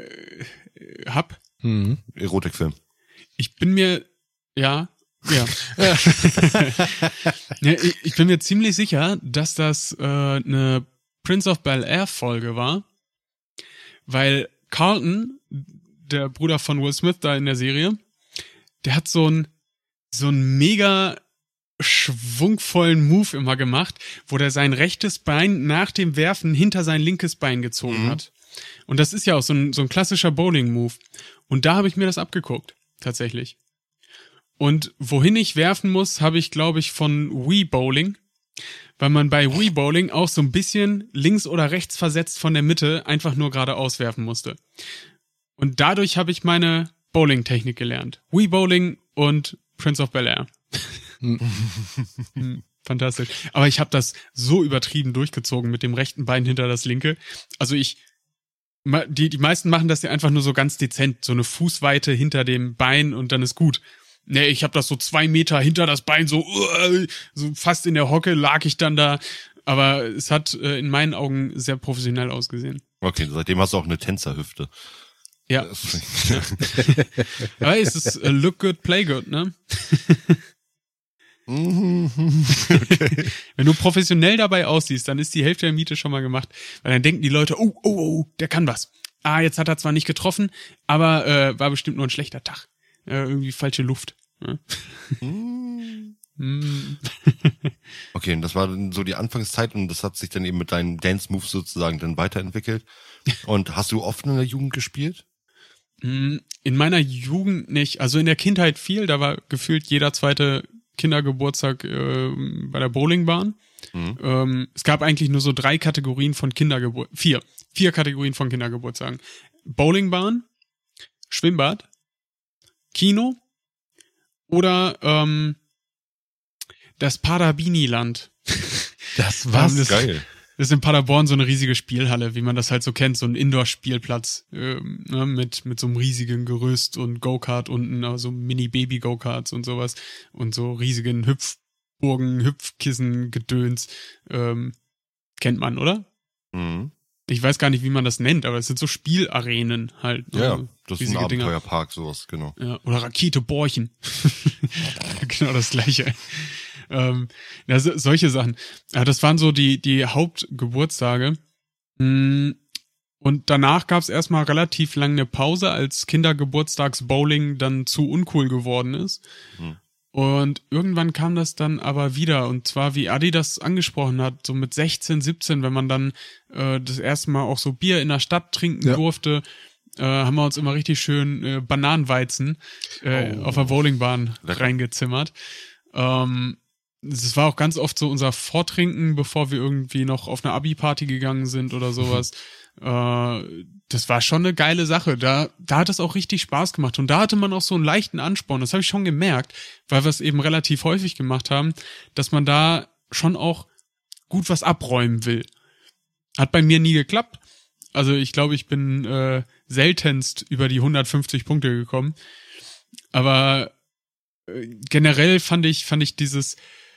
hab? Mhm. Erotikfilm. Ich bin mir, ja, ja. ja ich, ich bin mir ziemlich sicher, dass das äh, eine Prince of Bel-Air Folge war, weil Carlton, der Bruder von Will Smith da in der Serie, der hat so ein so ein mega schwungvollen Move immer gemacht, wo der sein rechtes Bein nach dem Werfen hinter sein linkes Bein gezogen Mhm. hat. Und das ist ja auch so ein, so ein klassischer Bowling-Move. Und da habe ich mir das abgeguckt, tatsächlich. Und wohin ich werfen muss, habe ich, glaube ich, von Wii Bowling, weil man bei Wii Bowling auch so ein bisschen links oder rechts versetzt von der Mitte einfach nur geradeaus werfen musste. Und dadurch habe ich meine Bowling-Technik gelernt. Wii Bowling und Prince of Bel-Air. Hm, fantastisch. Aber ich habe das so übertrieben durchgezogen mit dem rechten Bein hinter das linke. Also ich, ma- die, die meisten machen das ja einfach nur so ganz dezent, so eine Fußweite hinter dem Bein und dann ist gut. Nee, ich habe das so zwei Meter hinter das Bein, so, uh, so fast in der Hocke lag ich dann da. Aber es hat äh, in meinen Augen sehr professionell ausgesehen. Okay, seitdem hast du auch eine Tänzerhüfte. Ja. Aber es ist äh, look good, play good, ne? Wenn du professionell dabei aussiehst, dann ist die Hälfte der Miete schon mal gemacht. Weil dann denken die Leute, oh, oh, oh, der kann was. Ah, jetzt hat er zwar nicht getroffen, aber äh, war bestimmt nur ein schlechter Tag. Äh, irgendwie falsche Luft. Ne? hm. Okay, und das war dann so die Anfangszeit und das hat sich dann eben mit deinen Dance-Moves sozusagen dann weiterentwickelt. Und hast du oft in der Jugend gespielt? In meiner Jugend nicht. Also in der Kindheit viel. Da war gefühlt jeder zweite Kindergeburtstag äh, bei der Bowlingbahn. Mhm. Ähm, es gab eigentlich nur so drei Kategorien von Kindergeburtstagen. Vier. Vier Kategorien von Kindergeburtstagen. Bowlingbahn, Schwimmbad, Kino oder ähm, das Parabini-Land. Das war's. das, Geil. Das ist in Paderborn so eine riesige Spielhalle, wie man das halt so kennt, so ein Indoor-Spielplatz ähm, ne, mit mit so einem riesigen Gerüst und Go-Kart unten, also Mini-Baby-Go-Karts und sowas und so riesigen Hüpfburgen, Hüpfkissen, Gedöns. Ähm, kennt man, oder? Mhm. Ich weiß gar nicht, wie man das nennt, aber es sind so Spielarenen halt. Ja, also das ist ein riesige Dinger. Abenteuerpark, sowas, genau. Ja, oder Rakete Borchen. Genau das Gleiche. Ähm, ja, so, solche Sachen. Ja, das waren so die die Hauptgeburtstage. Und danach gab es erstmal relativ lange eine Pause, als Kindergeburtstagsbowling dann zu uncool geworden ist. Hm. Und irgendwann kam das dann aber wieder. Und zwar, wie Adi das angesprochen hat, so mit sechzehn, siebzehn, wenn man dann äh, das erste Mal auch so Bier in der Stadt trinken ja. durfte, äh, haben wir uns immer richtig schön äh, Bananenweizen äh, oh. auf der Bowlingbahn Lecker. reingezimmert. Ähm, Das war auch ganz oft so unser Vortrinken, bevor wir irgendwie noch auf eine Abi-Party gegangen sind oder sowas. äh, das war schon eine geile Sache. Da, da hat es auch richtig Spaß gemacht. Und da hatte man auch so einen leichten Ansporn. Das habe ich schon gemerkt, weil wir es eben relativ häufig gemacht haben, dass man da schon auch gut was abräumen will. Hat bei mir nie geklappt. Also ich glaube, ich bin äh, seltenst über die hundertfünfzig Punkte gekommen. Aber äh, generell fand ich, fand ich dieses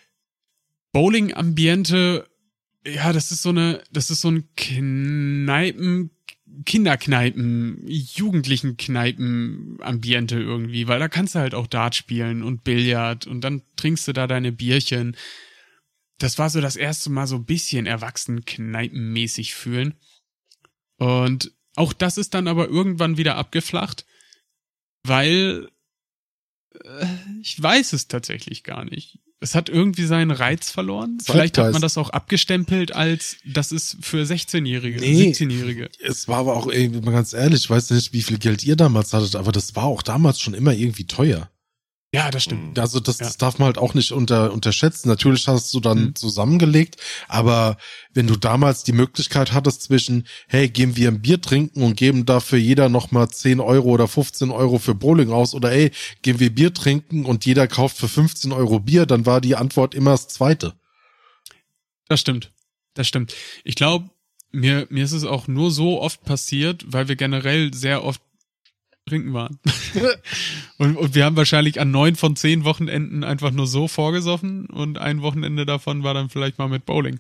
Bowling-Ambiente, ja, das ist so eine, das ist so ein Kneipen, Kinderkneipen, jugendlichen Kneipen-Ambiente irgendwie, weil da kannst du halt auch Dart spielen und Billard und dann trinkst du da deine Bierchen. Das war so das erste Mal so ein bisschen erwachsen kneipenmäßig fühlen. Und auch das ist dann aber irgendwann wieder abgeflacht, weil äh, ich weiß es tatsächlich gar nicht. Es hat irgendwie seinen Reiz verloren. Zeitgeist. Vielleicht hat man das auch abgestempelt als, das ist für sechzehnjährige, nee, siebzehnjährige. Es war aber auch, ey, mal ganz ehrlich, ich weiß nicht, wie viel Geld ihr damals hattet, aber das war auch damals schon immer irgendwie teuer. Ja, das stimmt. Also das, ja. das darf man halt auch nicht unter, unterschätzen. Natürlich hast du dann mhm. zusammengelegt, aber wenn du damals die Möglichkeit hattest zwischen, hey, gehen wir ein Bier trinken und geben dafür jeder nochmal zehn Euro oder fünfzehn Euro für Bowling aus oder ey, gehen wir Bier trinken und jeder kauft für fünfzehn Euro Bier, dann war die Antwort immer das Zweite. Das stimmt. Das stimmt. Ich glaube, mir, mir ist es auch nur so oft passiert, weil wir generell sehr oft trinken waren. und, und wir haben wahrscheinlich an neun von zehn Wochenenden einfach nur so vorgesoffen und ein Wochenende davon war dann vielleicht mal mit Bowling.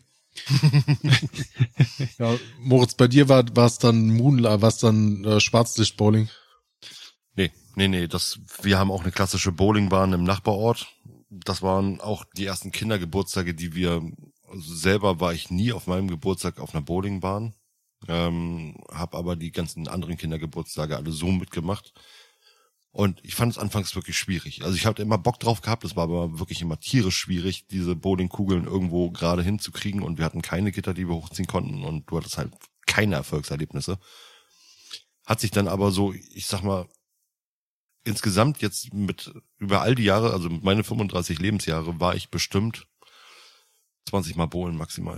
Ja, Moritz, bei dir war war es dann Moonlight, war es dann äh, Schwarzlicht-Bowling? Nee, nee, nee, das, wir haben auch eine klassische Bowlingbahn im Nachbarort. Das waren auch die ersten Kindergeburtstage, die wir, also selber war ich nie auf meinem Geburtstag auf einer Bowlingbahn. Ähm, habe aber die ganzen anderen Kindergeburtstage alle so mitgemacht und ich fand es anfangs wirklich schwierig. Also ich hatte immer Bock drauf gehabt, es war aber wirklich immer tierisch schwierig, diese Bowlingkugeln irgendwo gerade hinzukriegen und wir hatten keine Gitter, die wir hochziehen konnten und du hattest halt keine Erfolgserlebnisse. Hat sich dann aber so, ich sag mal, insgesamt jetzt mit über all die Jahre, also mit meine fünfunddreißig Lebensjahre, war ich bestimmt zwanzig Mal bowlen maximal.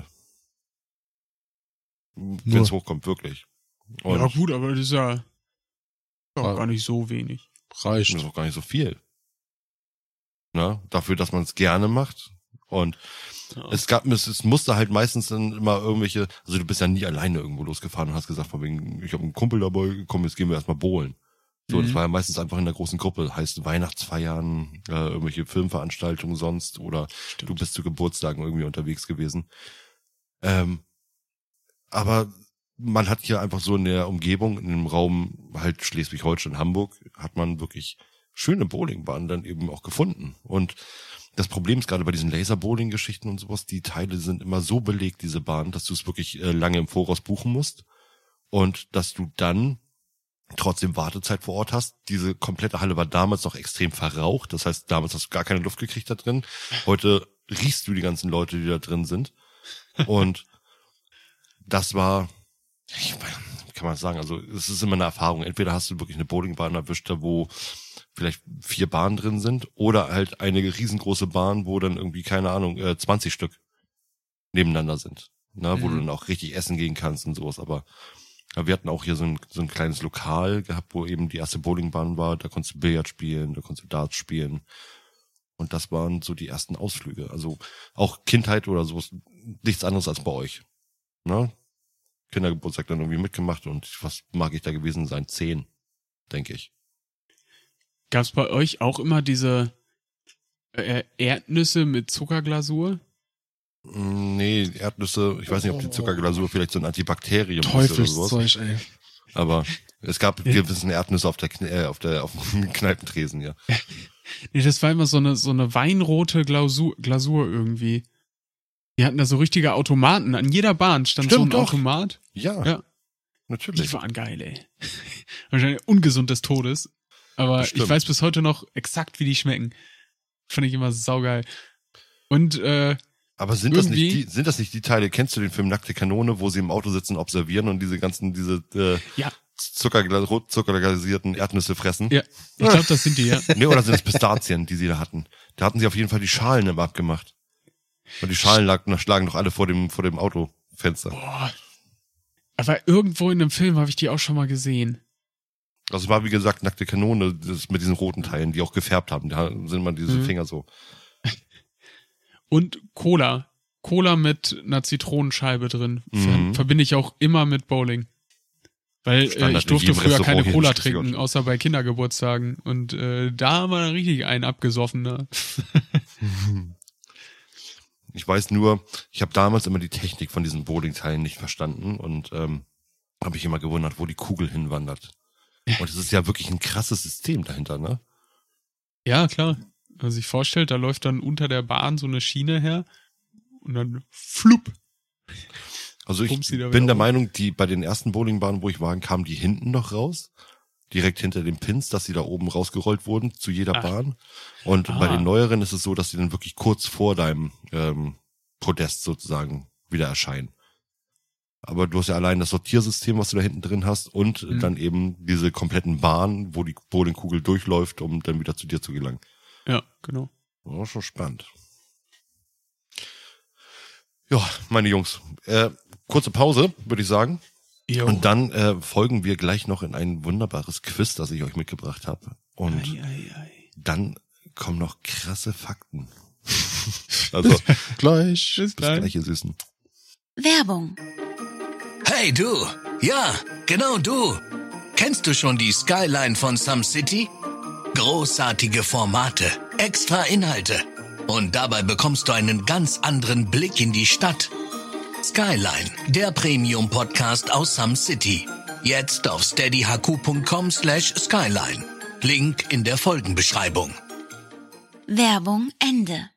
Wenn es hochkommt, wirklich. Und ja gut, aber das ist ja auch gar nicht so wenig. Reicht. Das ist auch gar nicht so viel. Na, dafür, dass man es gerne macht. Und ja. es gab, es, es musste halt meistens dann immer irgendwelche, also du bist ja nie alleine irgendwo losgefahren und hast gesagt, von wegen, ich habe einen Kumpel dabei, komm, jetzt gehen wir erstmal bowlen. So, mhm. das war ja meistens einfach in der großen Gruppe, heißt Weihnachtsfeiern, äh, irgendwelche Filmveranstaltungen sonst oder Stimmt. du bist zu Geburtstagen irgendwie unterwegs gewesen. Ähm, Aber man hat hier einfach so in der Umgebung, in dem Raum halt Schleswig-Holstein, Hamburg, hat man wirklich schöne Bowlingbahnen dann eben auch gefunden. Und das Problem ist gerade bei diesen Laser-Bowling-Geschichten und sowas, die Teile sind immer so belegt, diese Bahn, dass du es wirklich äh, lange im Voraus buchen musst und dass du dann trotzdem Wartezeit vor Ort hast. Diese komplette Halle war damals noch extrem verraucht, das heißt, damals hast du gar keine Luft gekriegt da drin. Heute riechst du die ganzen Leute, die da drin sind. Und das war, ich, kann man sagen, also es ist immer eine Erfahrung. Entweder hast du wirklich eine Bowlingbahn erwischt, da wo vielleicht vier Bahnen drin sind, oder halt eine riesengroße Bahn, wo dann irgendwie, keine Ahnung, äh, zwanzig Stück nebeneinander sind, ne, wo mhm. du dann auch richtig essen gehen kannst und sowas. Aber ja, wir hatten auch hier so ein, so ein kleines Lokal gehabt, wo eben die erste Bowlingbahn war. Da konntest du Billard spielen, da konntest du Darts spielen. Und das waren so die ersten Ausflüge. Also auch Kindheit oder sowas, nichts anderes als bei euch. Ne? Kindergeburtstag dann irgendwie mitgemacht und was mag ich da gewesen sein? Zehn, denke ich. Gab's bei euch auch immer diese äh, Erdnüsse mit Zuckerglasur? Nee, Erdnüsse, ich weiß nicht, ob die Zuckerglasur vielleicht so ein Antibakterium ist oder sowas. Teufelszeug, ey. Aber es gab gewissen Erdnüsse auf der, äh, auf der, auf dem Kneipentresen, ja. Nee, das war immer so eine, so eine weinrote Glasur, Glasur irgendwie. Die hatten da so richtige Automaten. An jeder Bahn stand Stimmt, so ein doch. Automat. Ja, Ja. natürlich. Die waren geil, ey. Wahrscheinlich ungesund des Todes. Aber Bestimmt. ich weiß bis heute noch exakt, wie die schmecken. Fand ich immer saugeil. Und, äh, Aber sind das nicht Irgendwie- die, sind das nicht die Teile, kennst du den Film Nackte Kanone, wo sie im Auto sitzen, observieren und diese ganzen, diese, äh, ja, Zuckergla- rot zuckerglasierten Erdnüsse fressen? ja, ich glaube, das sind die, ja. Nee, oder sind das Pistazien, die sie da hatten? Da hatten sie auf jeden Fall die Schalen immer abgemacht. Und die Schalen lagen, schlagen doch alle vor dem, vor dem Autofenster. Boah. Aber irgendwo in einem Film habe ich die auch schon mal gesehen. Also es war, wie gesagt, Nackte Kanone, das mit diesen roten Teilen, die auch gefärbt haben. Da sind immer diese Mhm. Finger so. Und Cola. Cola mit einer Zitronenscheibe drin. Ver Mhm. Verbinde ich auch immer mit Bowling. Weil äh, Standard ich in durfte jedem früher Restaurant keine hier in Cola Schleswig-Holstein. trinken, außer bei Kindergeburtstagen. Und äh, da haben wir dann richtig einen abgesoffen. Ne? Ich weiß nur, ich habe damals immer die Technik von diesen Bowling-Teilen nicht verstanden und ähm, habe mich immer gewundert, wo die Kugel hinwandert. Und es ist ja wirklich ein krasses System dahinter, ne? Ja, klar. Wenn man sich vorstellt, da läuft dann unter der Bahn so eine Schiene her und dann flupp. Also ich Pumps die da bin wieder der hoch. Meinung, die bei den ersten Bowlingbahnen, wo ich war, kamen die hinten noch raus. Direkt hinter den Pins, dass sie da oben rausgerollt wurden zu jeder Ah. Bahn. Und Ah. bei den neueren ist es so, dass sie dann wirklich kurz vor deinem ähm, Podest sozusagen wieder erscheinen. Aber du hast ja allein das Sortiersystem, was du da hinten drin hast und Mhm. dann eben diese kompletten Bahnen, wo die Bowlingkugel durchläuft, um dann wieder zu dir zu gelangen. Ja, genau. Oh, schon spannend. Ja, meine Jungs, äh, kurze Pause, würde ich sagen. Jo. Und dann äh, folgen wir gleich noch in ein wunderbares Quiz, das ich euch mitgebracht habe. Und Ei, ei, ei. dann kommen noch krasse Fakten. Also, Gleich. Bis bis gleich. gleich, ihr Süßen. Werbung. Hey du, ja, genau du. Kennst du schon die Skyline von Some City? Großartige Formate, extra Inhalte. Und dabei bekommst du einen ganz anderen Blick in die Stadt. Skyline, der Premium-Podcast aus Some City. Jetzt auf steadyhq.com slash skyline. Link in der Folgenbeschreibung. Werbung Ende.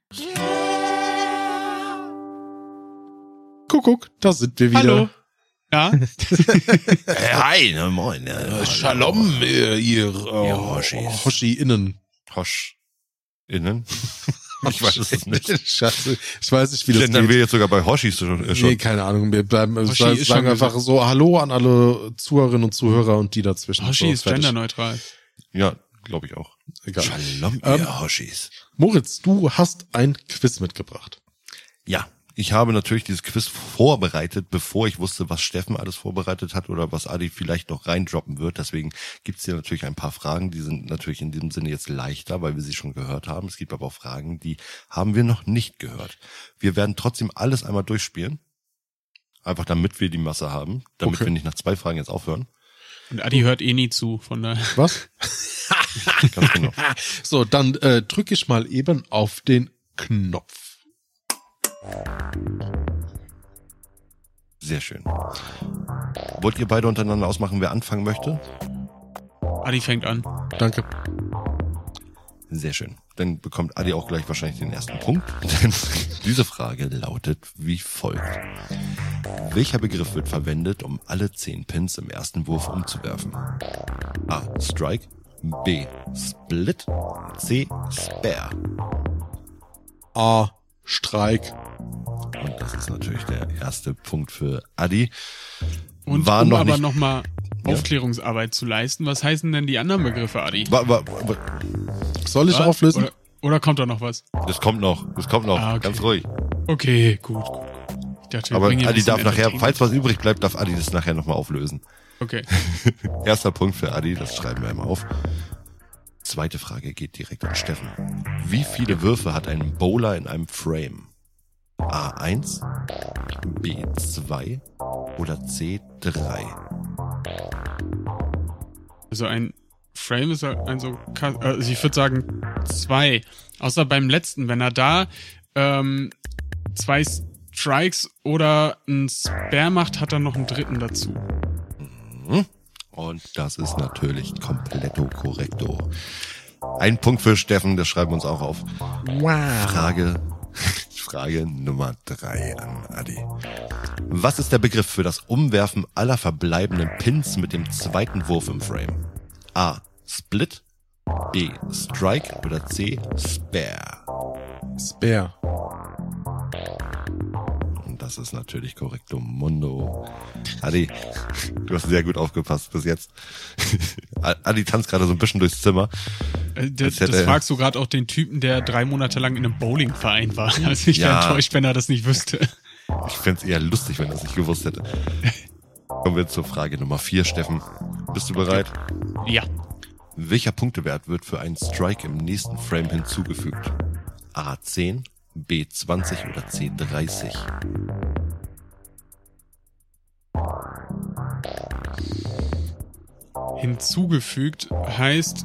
Kuckuck, da sind wir wieder. Hallo. Ja? Hey, hi, ne, moin. Ja, Shalom, ihr, ihr äh, Ihr Hoshis. Hoshi-Innen. Hosch. Innen? Ich weiß es nicht. Scheiße. Ich weiß nicht, wie das Gendern geht. wir jetzt sogar bei Hoshis schon. Äh, schon. Nee, keine Ahnung. Wir bleiben, wir Hoshi sagen ist schon einfach gesagt. so Hallo an alle Zuhörerinnen und Zuhörer und die dazwischen. Hoshi so, ist fertig. genderneutral. Ja, glaube ich auch. Egal. Shalom, Ähm, ihr Hoshis. Moritz, du hast ein Quiz mitgebracht. Ja, ich habe natürlich dieses Quiz vorbereitet, bevor ich wusste, was Steffen alles vorbereitet hat oder was Adi vielleicht noch reindroppen wird. Deswegen gibt's hier natürlich ein paar Fragen, die sind natürlich in diesem Sinne jetzt leichter, weil wir sie schon gehört haben. Es gibt aber auch Fragen, die haben wir noch nicht gehört. Wir werden trotzdem alles einmal durchspielen. Einfach damit wir die Masse haben, damit Okay. wir nicht nach zwei Fragen jetzt aufhören. Und Adi hört eh nie zu, von daher. Was? Ganz genau. So, dann äh, drücke ich mal eben auf den Knopf. Sehr schön. Wollt ihr beide untereinander ausmachen, wer anfangen möchte? Adi fängt an. Danke. Sehr schön. Dann bekommt Adi auch gleich wahrscheinlich den ersten Punkt. Denn diese Frage lautet wie folgt. Welcher Begriff wird verwendet, um alle zehn Pins im ersten Wurf umzuwerfen? A. Strike. B. Split. C. Spare. A. Streik. Und das ist natürlich der erste Punkt für Adi. Und War um noch aber nicht- nochmal Ja? Aufklärungsarbeit zu leisten, was heißen denn die anderen Begriffe, Adi? Wa- wa- wa- Soll ich Was? auflösen? Oder, oder kommt da noch was? Das kommt noch, das kommt noch, Ah, okay. ganz ruhig. Okay, gut, gut. Ich dachte, wir Aber bringen hier ein Adi bisschen darf nachher, Entertainment. falls was übrig bleibt, darf Adi das nachher nochmal auflösen. Okay. Erster Punkt für Adi, das schreiben wir einmal auf. Zweite Frage geht direkt an Steffen. Wie viele Würfe hat ein Bowler in einem Frame? A eins, B zwei oder C drei? Also ein Frame ist halt ein so, Ka- äh, also ich würde sagen zwei. Außer beim letzten, wenn er da ähm, zwei Strikes oder ein Spare macht, hat er noch einen dritten dazu. Und das ist natürlich kompletto korrekto. Ein Punkt für Steffen, das schreiben wir uns auch auf. Frage, Frage Nummer drei an Adi. Was ist der Begriff für das Umwerfen aller verbleibenden Pins mit dem zweiten Wurf im Frame? A. Split, B. Strike oder C. Spare? Spare. Und das ist natürlich korrekto mundo. Adi, du hast sehr gut aufgepasst bis jetzt. Adi tanzt gerade so ein bisschen durchs Zimmer. Äh, das, Als hätte das er- fragst du gerade auch den Typen, der drei Monate lang in einem Bowlingverein war. Also ich wäre Ja. enttäuscht, wenn er das nicht wüsste. Ich fänd's eher lustig, wenn er es nicht gewusst hätte. Kommen wir zur Frage Nummer vier, Steffen. Bist du bereit? Ja. Welcher Punktewert wird für einen Strike im nächsten Frame hinzugefügt? A zehn, B zwanzig oder C dreißig? Hinzugefügt heißt,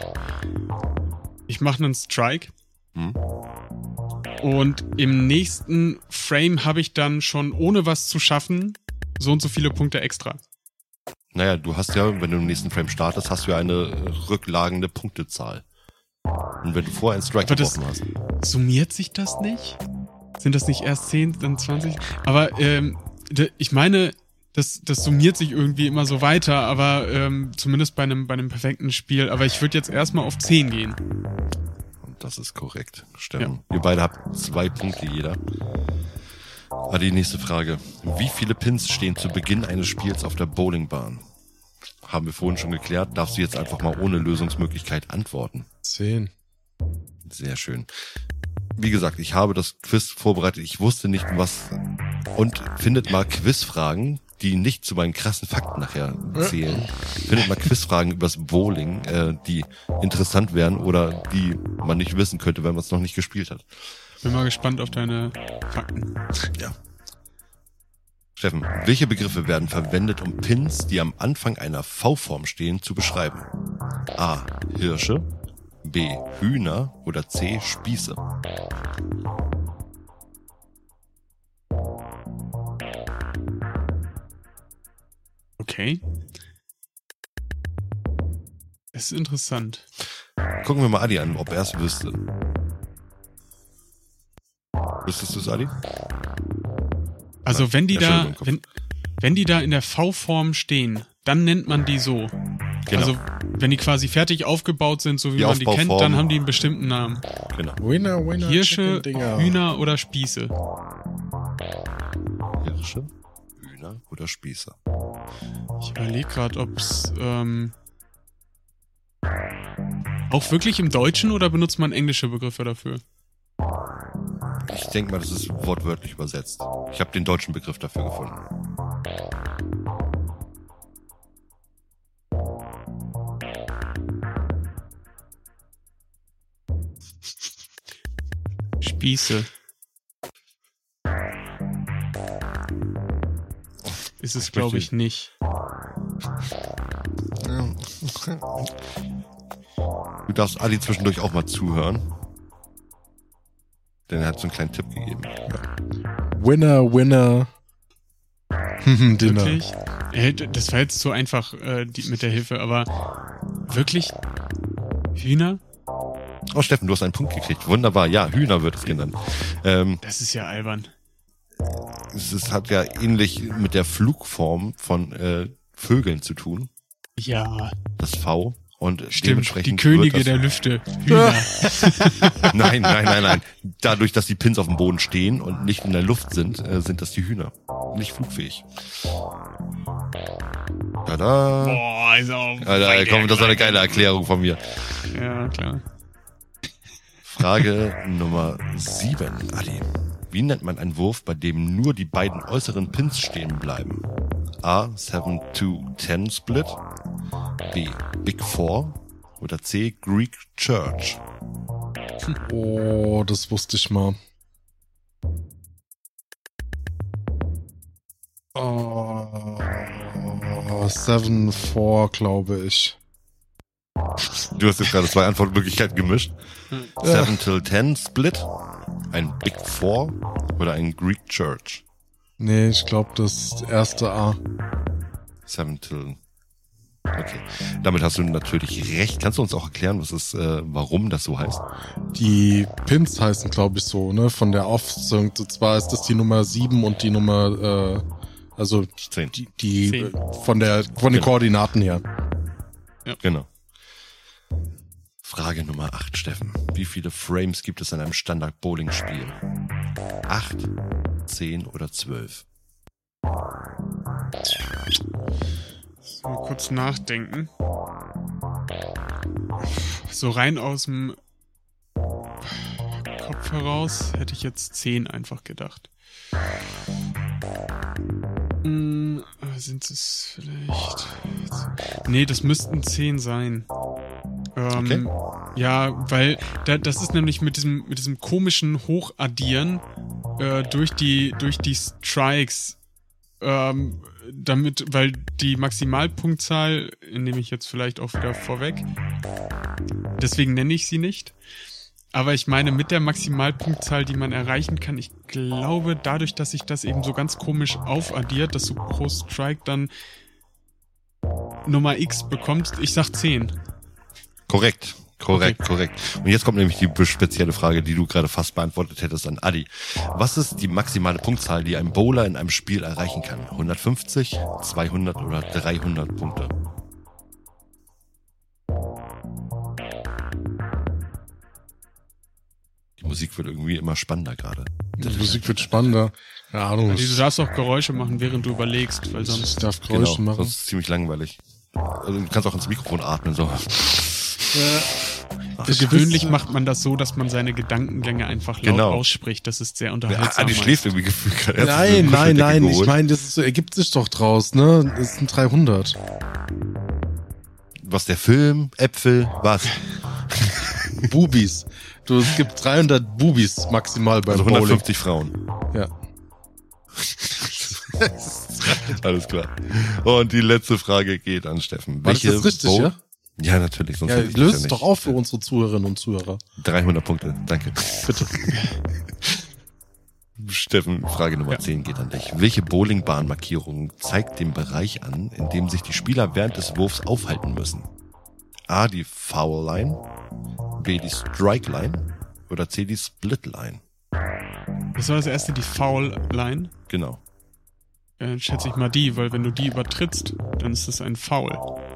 ich mache einen Strike Hm? und im nächsten Frame habe ich dann schon, ohne was zu schaffen, so und so viele Punkte extra. Naja, du hast ja, wenn du im nächsten Frame startest, hast du ja eine rücklagende Punktezahl. Und wenn du vorher einen Strike Aber das- geworfen hast. Summiert sich das nicht? Sind das nicht erst zehn, dann zwanzig? Aber ähm, d- ich meine, das, das summiert sich irgendwie immer so weiter, aber ähm, zumindest bei einem, bei einem perfekten Spiel. Aber ich würde jetzt erstmal auf zehn gehen. Und das ist korrekt, Steffen. Ihr beide habt zwei Punkte jeder. Ah, die nächste Frage. Wie viele Pins stehen zu Beginn eines Spiels auf der Bowlingbahn? Haben wir vorhin schon geklärt. Darfst du jetzt einfach mal ohne Lösungsmöglichkeit antworten? Zehn. Sehr schön. Wie gesagt, ich habe das Quiz vorbereitet. Ich wusste nicht, was... Und findet mal Quizfragen, die nicht zu meinen krassen Fakten nachher zählen. Findet mal Quizfragen übers Bowling, äh, die interessant wären oder die man nicht wissen könnte, wenn man es noch nicht gespielt hat. Bin mal gespannt auf deine Fakten. Ja. Steffen, welche Begriffe werden verwendet, um Pins, die am Anfang einer V-Form stehen, zu beschreiben? A. Hirsche, B. Hühner oder C. Spieße? Okay. Das ist interessant. Gucken wir mal Adi an, ob er es wüsste. Wüsstest du es, Adi? Also Ja, wenn die ja, da, Entschuldigung, Kopf. wenn, wenn die da in der V-Form stehen, dann nennt man die so. Genau. Also wenn die quasi fertig aufgebaut sind, so wie Die man die kennt, Aufbauform. dann haben die einen bestimmten Namen. Genau. Winner, winner, Hirsche, Chicken Dinger. Hühner oder Spieße. Hirsche, Hühner oder Spieße? Ich überlege gerade, ob's ähm, auch wirklich im Deutschen oder benutzt man englische Begriffe dafür? Ich denke mal, das ist wortwörtlich übersetzt. Ich habe den deutschen Begriff dafür gefunden. Spieße. Ist es, glaube ich, nicht. Du darfst Adi zwischendurch auch mal zuhören. Denn er hat so einen kleinen Tipp gegeben. Winner, winner. Dinner. Wirklich? Äh, d- Das war jetzt so einfach äh, die, mit der Hilfe, aber wirklich? Hühner? Oh, Steffen, du hast einen Punkt gekriegt. Wunderbar. Ja, Hühner wird es genannt. Ähm, Das ist ja albern. es ist, hat ja ähnlich mit der Flugform von äh, Vögeln zu tun. Ja. Das V. Und Stimmt, dementsprechend die Könige wird der Lüfte. Hühner. Nein, nein, nein, nein. Dadurch, dass die Pins auf dem Boden stehen und nicht in der Luft sind, äh, sind das die Hühner. Nicht flugfähig. Tada. Boah, also. Alter, komm, das war eine geile Erklärung von mir. Ja, klar. Frage Nummer sieben, Adi. Wie nennt man einen Wurf, bei dem nur die beiden äußeren Pins stehen bleiben? A. seven to ten Split. B. Big Four. Oder C. Greek Church. Oh, das wusste ich mal. Oh, seven four, glaube ich. Du hast jetzt gerade zwei Antwortmöglichkeiten gemischt. seven till ten Split. Ein Big Four. Oder ein Greek Church. Nee, ich glaube das erste A. seven till. Okay. Damit hast du natürlich recht. Kannst du uns auch erklären, was ist, äh, warum das so heißt? Die Pins heißen, glaube ich, so, ne? Von der Aufzählung. Und zwar ist das die Nummer sieben und die Nummer, äh, also Zehn. die, die Zehn. von der von den Genau. Koordinaten her. Genau. Frage Nummer acht, Steffen. Wie viele Frames gibt es in einem Standard-Bowling-Spiel? Acht, zehn oder zwölf? Mal kurz nachdenken. So rein aus dem Kopf heraus hätte ich jetzt zehn einfach gedacht. Hm, sind es vielleicht... Nee, das müssten zehn sein. Ähm, Okay. Ja, weil da, das ist nämlich mit diesem, mit diesem komischen Hochaddieren äh, durch die, durch die Strikes, ähm, damit, weil die Maximalpunktzahl, nehme ich jetzt vielleicht auch wieder vorweg, deswegen nenne ich sie nicht, aber ich meine mit der Maximalpunktzahl, die man erreichen kann, ich glaube dadurch, dass sich das eben so ganz komisch aufaddiert, dass du pro Strike dann Nummer X bekommst, ich sag zehn. Korrekt, korrekt, Okay. korrekt. Und jetzt kommt nämlich die spezielle Frage, die du gerade fast beantwortet hättest an Adi. Was ist die maximale Punktzahl, die ein Bowler in einem Spiel erreichen kann? hundertfünfzig, zweihundert oder dreihundert Punkte? Die Musik wird irgendwie immer spannender gerade. Die Musik wird spannender. Keine Ahnung. Also, du darfst auch Geräusche machen, während du überlegst, weil Ich sonst... darf Geräusche Genau, machen. sonst ist es ziemlich langweilig. Also du kannst auch ins Mikrofon atmen, so. Ich Gewöhnlich wüsste- macht man das so, dass man seine Gedankengänge einfach laut Genau. ausspricht. Das ist sehr Ja, unterhaltsam. Adi schläft irgendwie gefühlt gerade. Er hat sich Nein, eine nein, Kuscheldecke nein. Ich geholt. meine, das ist so, ergibt sich doch draus, ne? Das sind dreihundert. Was, der Film? Äpfel? Was? Bubis. Du, es gibt dreihundert Bubis maximal beim Also Bowling. hundertfünfzig Frauen. Ja. Alles klar. Und die letzte Frage geht an Steffen. War das jetzt richtig, Bowl- ja? Ja, natürlich. Sonst Ja, hätte ich das löst ja es nicht. doch auf für unsere Zuhörerinnen und Zuhörer. dreihundert Punkte. Danke. Bitte. Steffen, Frage Nummer Ja. zehn geht an dich. Welche Bowlingbahnmarkierung zeigt den Bereich an, in dem sich die Spieler während des Wurfs aufhalten müssen? A, die Foul Line, B, die Strike Line oder C, die Split Line? Das war das erste, die Foul-Line. Genau. Äh, schätze ich mal die, weil wenn du die übertrittst, dann ist das ein Foul.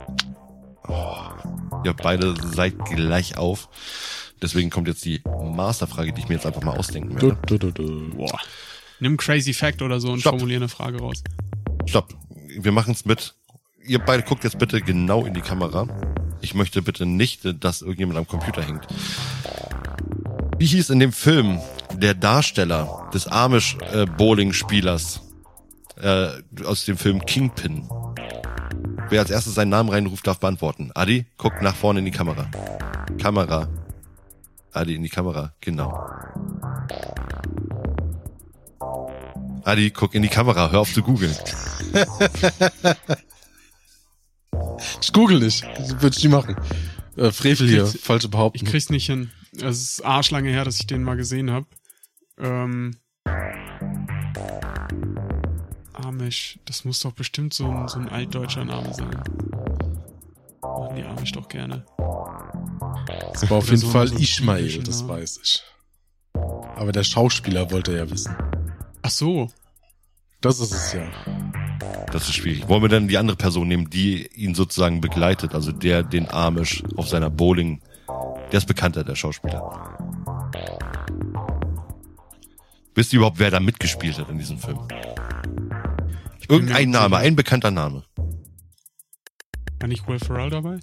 Ihr beide seid gleich auf. Deswegen kommt jetzt die Masterfrage, die ich mir jetzt einfach mal ausdenken Du, werde. du, du, du. Boah. Nimm Crazy Fact oder so und Stopp. formulier eine Frage raus. Stopp. Wir machen es mit. Ihr beide guckt jetzt bitte genau in die Kamera. Ich möchte bitte nicht, dass irgendjemand am Computer hängt. Wie hieß in dem Film der Darsteller des Amish-Bowling-Spielers äh, aus dem Film Kingpin? Wer als erstes seinen Namen reinruft, darf beantworten. Adi, guck nach vorne in die Kamera. Kamera. Adi, in die Kamera. Genau. Adi, guck in die Kamera. Hör auf zu googeln. Ich google nicht. Das würde ich nie machen. Äh, Frevel hier. Krieg's- Falsche Ich Behauptung. krieg's nicht hin. Es ist arschlange her, dass ich den mal gesehen habe. Ähm, Amish. Das muss doch bestimmt so ein, so ein altdeutscher Name sein. Machen die Amish doch gerne. Das war auf Oder jeden so- Fall so ein Ishmael, biblischen das Namen. weiß ich. Aber der Schauspieler wollte ja wissen. Ach so. Das ist es ja. Das ist schwierig. Wollen wir dann die andere Person nehmen, die ihn sozusagen begleitet, also der den Amish auf seiner Bowling, der ist bekannter, der Schauspieler. Wisst ihr überhaupt, wer da mitgespielt hat in diesem Film? Irgendein Name, ein bekannter Name. War nicht Will Ferrell dabei?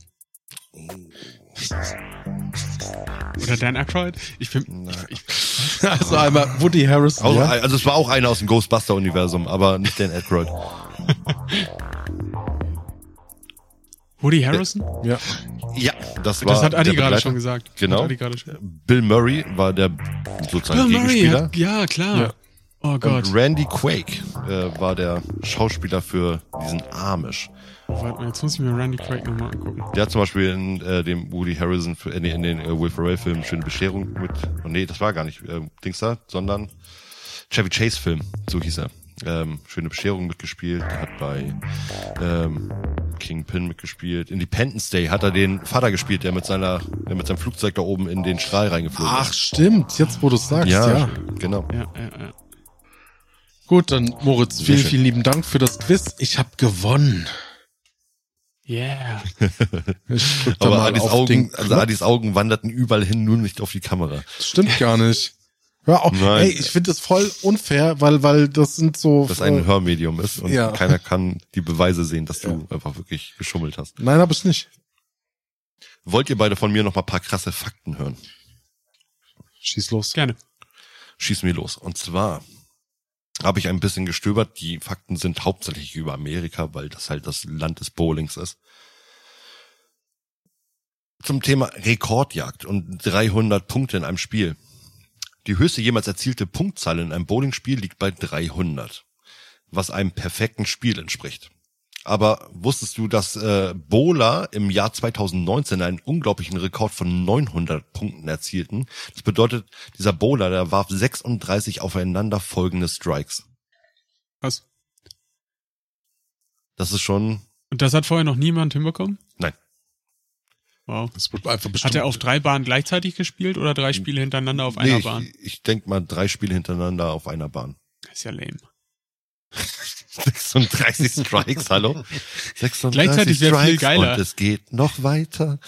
Oder Dan Aykroyd? Ich bin... Ich, ich, Also einmal Woody Harrelson. Also, ja? also es war auch einer aus dem Ghostbuster-Universum, aber nicht Dan Aykroyd. Woody Harrelson? Ja. Ja, das war Das hat Adi der gerade Begleiter. schon gesagt. Genau. Hat Adi gerade schon. Bill Murray war der sozusagen Bill Murray, Gegenspieler. hat, ja, klar. Ja. Oh Gott. Und Randy Quaid äh, war der Schauspieler für diesen Amish. Warte mal, jetzt muss ich mir Randy Quaid nochmal angucken. Der hat zum Beispiel in äh, dem Woody Harrelson, in, in den äh, Will Ferrell Film Schöne Bescherung mit, oh nee, das war gar nicht äh, Dings da, sondern Chevy Chase Film, so hieß er. Ähm, Schöne Bescherung mitgespielt, der hat bei ähm, Kingpin mitgespielt. Independence Day hat er den Vater gespielt, der mit seiner, der mit seinem Flugzeug da oben in den Strahl reingeflogen Ach, ist. stimmt. Jetzt, wo du es sagst, ja. Ja, genau. Ja, ja, ja. Gut, dann Moritz, vielen, schön. vielen lieben Dank für das Quiz. Ich habe gewonnen. Yeah. Ich drück da Aber mal Adis auf Augen, den also Knopf. Adis Augen wanderten überall hin, nur nicht auf die Kamera. Das stimmt gar nicht. Hör auf. Nein. Ey, ich finde das voll unfair, weil, weil das sind so... Das ein äh, Hörmedium ist und ja. keiner kann die Beweise sehen, dass du einfach wirklich geschummelt hast. Nein, hab ich nicht. Wollt ihr beide von mir noch mal ein paar krasse Fakten hören? Schieß los. Gerne. Schieß mir los. Und zwar habe ich ein bisschen gestöbert. Die Fakten sind hauptsächlich über Amerika, weil das halt das Land des Bowlings ist. Zum Thema Rekordjagd und dreihundert Punkte in einem Spiel. Die höchste jemals erzielte Punktzahl in einem Bowlingspiel liegt bei dreihundert, was einem perfekten Spiel entspricht. Aber wusstest du, dass äh, Bowler im Jahr zweitausendneunzehn einen unglaublichen Rekord von neunhundert Punkten erzielten? Das bedeutet, dieser Bowler, der warf sechsunddreißig aufeinander folgende Strikes. Was? Das ist schon... Und das hat vorher noch niemand hinbekommen? Nein. Wow. Das wird einfach bestimmt. Hat er auf drei Bahnen gleichzeitig gespielt oder drei Spiele hintereinander auf einer Nee, Bahn? ich, ich denke mal drei Spiele hintereinander auf einer Bahn. Das ist ja lame. sechsunddreißig Strikes, hallo? sechsunddreißig Gleichzeitig wäre viel geiler. Und es geht noch weiter.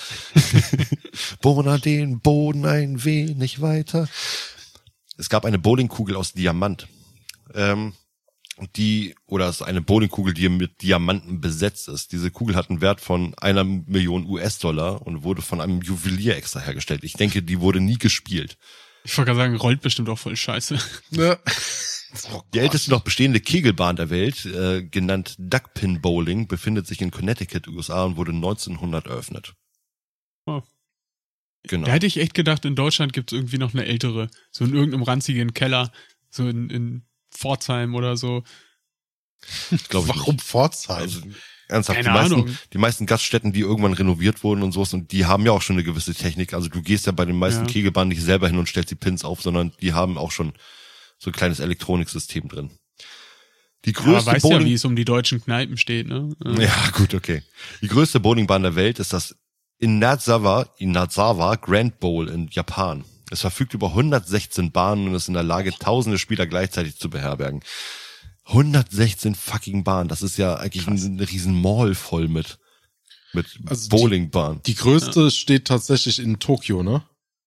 Bohrer den Boden ein wenig weiter. Es gab eine Bowlingkugel aus Diamant. Ähm, die, oder es ist eine Bowlingkugel, die mit Diamanten besetzt ist. Diese Kugel hat einen Wert von einer Million U S-Dollar und wurde von einem Juwelier extra hergestellt. Ich denke, die wurde nie gespielt. Ich wollte gerade sagen, rollt bestimmt auch voll scheiße. Ne? Die älteste noch bestehende Kegelbahn der Welt, äh, genannt Duckpin Bowling, befindet sich in Connecticut, U S A und wurde neunzehnhundert eröffnet. Oh. Genau. Da hätte ich echt gedacht, in Deutschland gibt es irgendwie noch eine ältere. So in irgendeinem ranzigen Keller. So in, in Pforzheim oder so. Glaub ich Warum nicht. Pforzheim? Also, ernsthaft, Keine die meisten, Ahnung. die meisten Gaststätten, die irgendwann renoviert wurden und sowas, und die haben ja auch schon eine gewisse Technik. Also du gehst ja bei den meisten Ja. Kegelbahnen nicht selber hin und stellst die Pins auf, sondern die haben auch schon so ein kleines Elektroniksystem drin. Die Ja, größte weißt ja, Bowling... wie es um die deutschen Kneipen steht, ne? Ja, gut, okay. Die größte Bowlingbahn der Welt ist das Inazawa, Inazawa Grand Bowl in Japan. Es verfügt über hundertsechzehn Bahnen und ist in der Lage, tausende Spieler gleichzeitig zu beherbergen. hundertsechzehn fucking Bahnen, das ist ja eigentlich ein, ein riesen Mall voll mit, mit Also die- Bowlingbahnen. Die größte steht tatsächlich in Tokio, ne?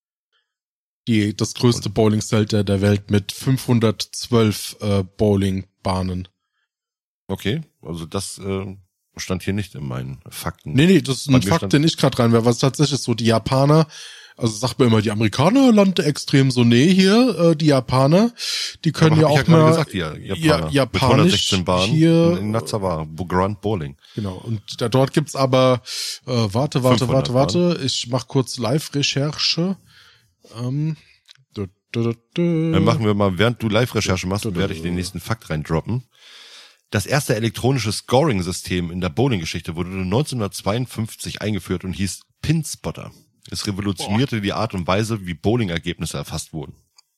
Die, das größte Bowling-Center der Welt mit fünfhundertzwölf äh, Bowlingbahnen. Okay, also das äh, stand hier nicht in meinen Fakten. Nee, nee, das ist Bei ein mir Fakt, stand- den ich gerade reinwerfe. Was tatsächlich so, die Japaner, also sagt man immer, die Amerikaner landen extrem so, nee, hier, äh, die Japaner, die können ja Aber hab auch ich ja gerade mal, gesagt, die Japaner. ja, mit japanisch hundertsechzehn Bahnen hier, in, in Nazawa, Grand Bowling. genau, und da, dort gibt's aber, äh, warte, warte, fünfhundert warte, warte, ich mach kurz Live-Recherche, ähm, du, du, du, du. Dann machen wir mal, während du Live-Recherche machst, werde ich den nächsten Fakt reindroppen. Das erste elektronische Scoring-System in der Bowling-Geschichte wurde neunzehnhundertzweiundfünfzig eingeführt und hieß Pinspotter. Es revolutionierte die Art und Weise, wie Bowling-Ergebnisse erfasst wurden.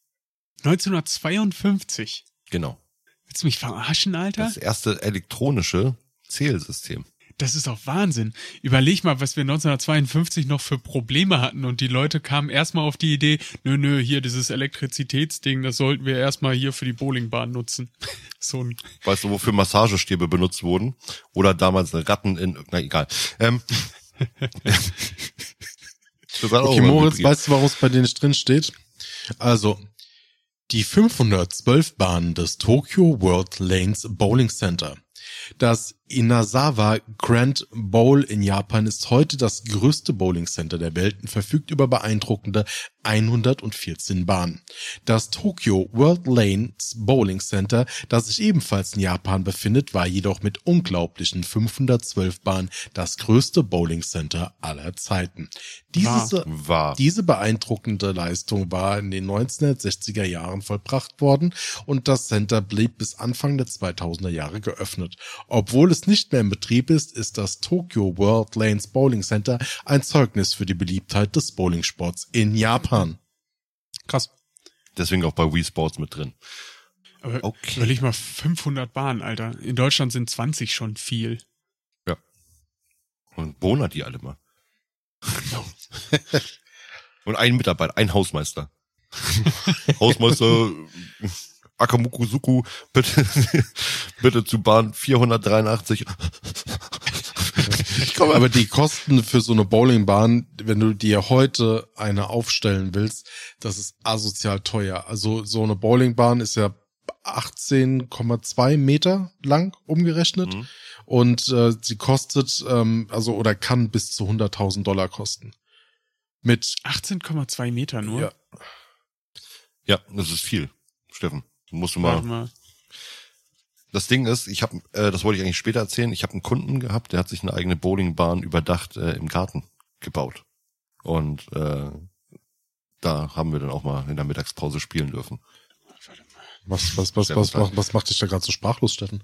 neunzehnhundertzweiundfünfzig. Genau. Willst du mich verarschen, Alter? Das erste elektronische Zählsystem. Das ist doch Wahnsinn. Überleg mal, was wir neunzehnhundertzweiundfünfzig noch für Probleme hatten und die Leute kamen erstmal auf die Idee, nö, nö, hier dieses Elektrizitätsding, das sollten wir erstmal hier für die Bowlingbahn nutzen. So ein Weißt du, wofür Massagestäbe benutzt wurden? Oder damals Ratten in, na egal. Ähm, das hat auch Okay, mal Moritz, vibriert. weißt du, warum es bei denen nicht drin steht? Also, die fünfhundertzwölf Bahnen des Tokyo World Lanes Bowling Center. Das Inazawa Grand Bowl in Japan ist heute das größte Bowling Center der Welt und verfügt über beeindruckende hundertvierzehn Bahnen. Das Tokyo World Lanes Bowling Center, das sich ebenfalls in Japan befindet, war jedoch mit unglaublichen fünfhundertzwölf Bahnen das größte Bowling Center aller Zeiten. Diese, War. diese beeindruckende Leistung war in den neunzehnhundertsechziger Jahren vollbracht worden und das Center blieb bis Anfang der zweitausender Jahre geöffnet. Obwohl es nicht mehr in Betrieb ist, ist das Tokyo World Lanes Bowling Center ein Zeugnis für die Beliebtheit des Bowlingsports in Japan. krass. Deswegen auch bei Wii Sports mit drin. Aber Okay. überleg mal, fünfhundert Bahnen, Alter. In Deutschland sind zwanzig schon viel. Ja. Und Bona die alle mal. Und ein Mitarbeiter, ein Hausmeister. Hausmeister Akamukusuku, bitte, bitte zu Bahn vierhundertdreiundachtzig. Aber die Kosten für so eine Bowlingbahn, wenn du dir heute eine aufstellen willst, das ist asozial teuer. Also so eine Bowlingbahn ist ja achtzehn Komma zwei Meter lang umgerechnet Mhm. und äh, sie kostet, ähm, also oder kann bis zu hunderttausend Dollar kosten. Mit, achtzehn Komma zwei Meter nur? ja, Ja, das ist viel, Steffen. Du musst du Warte mal. mal. Das Ding ist, ich habe, äh, das wollte ich eigentlich später erzählen. Ich habe einen Kunden gehabt, der hat sich eine eigene Bowlingbahn überdacht äh, im Garten gebaut und äh, da haben wir dann auch mal in der Mittagspause spielen dürfen. was, was, was, Sehr was, gut. was, was macht dich da gerade so sprachlos, Steffen?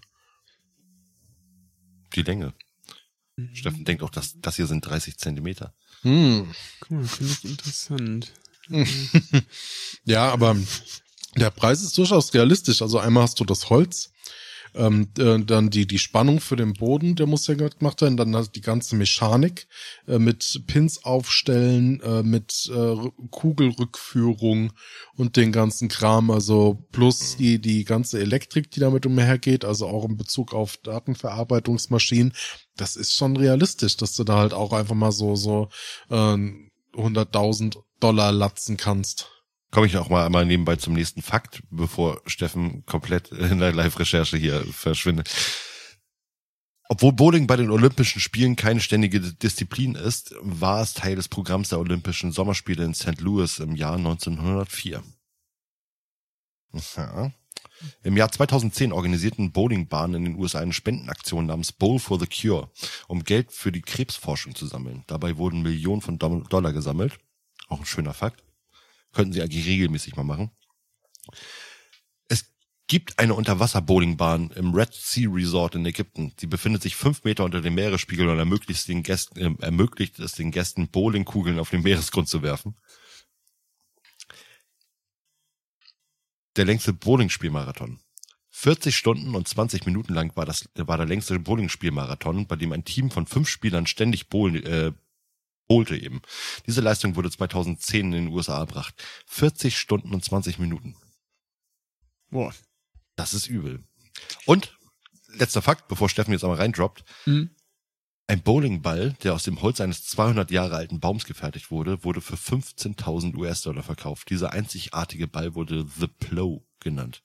Die Länge. Steffen denkt auch, dass das hier sind dreißig Zentimeter. Hm. Guck mal, finde ich interessant. Ja, aber der Preis ist durchaus realistisch. Also einmal hast du das Holz, ähm, äh, dann die die Spannung für den Boden, der muss ja gemacht werden, dann hast du die ganze Mechanik äh, mit Pins aufstellen, äh, mit äh, Kugelrückführung und den ganzen Kram, also plus die die ganze Elektrik, die damit umhergeht, also auch in Bezug auf Datenverarbeitungsmaschinen. Das ist schon realistisch, dass du da halt auch einfach mal so so äh, hunderttausend Dollar latzen kannst. Komme ich auch mal einmal nebenbei zum nächsten Fakt, bevor Steffen komplett in der Live-Recherche hier verschwindet. Obwohl Bowling bei den Olympischen Spielen keine ständige Disziplin ist, war es Teil des Programms der Olympischen Sommerspiele in Sankt Louis im Jahr neunzehnhundertvier. Ja. Im Jahr zweitausendzehn organisierten Bowlingbahnen in den U S A eine Spendenaktion namens Bowl for the Cure, um Geld für die Krebsforschung zu sammeln. Dabei wurden Millionen von Dollar gesammelt. Auch ein schöner Fakt. Könnten sie eigentlich regelmäßig mal machen. Es gibt eine Unterwasser-Bowlingbahn im Red Sea Resort in Ägypten. Sie befindet sich fünf Meter unter dem Meeresspiegel und ermöglicht es den Gästen, äh, ermöglicht es den Gästen, Bowlingkugeln auf den Meeresgrund zu werfen. Der längste Bowlingspielmarathon. vierzig Stunden und zwanzig Minuten lang war das war der längste Bowlingspielmarathon, bei dem ein Team von fünf Spielern ständig bowlen, äh, bowlte eben. Diese Leistung wurde zweitausendzehn in den U S A erbracht. vierzig Stunden und zwanzig Minuten. Boah. Das ist übel. Und, letzter Fakt, bevor Steffen jetzt einmal reindroppt. Mhm. Ein Bowlingball, der aus dem Holz eines zweihundert Jahre alten Baums gefertigt wurde, wurde für fünfzehntausend US-Dollar verkauft. Dieser einzigartige Ball wurde The Plow genannt.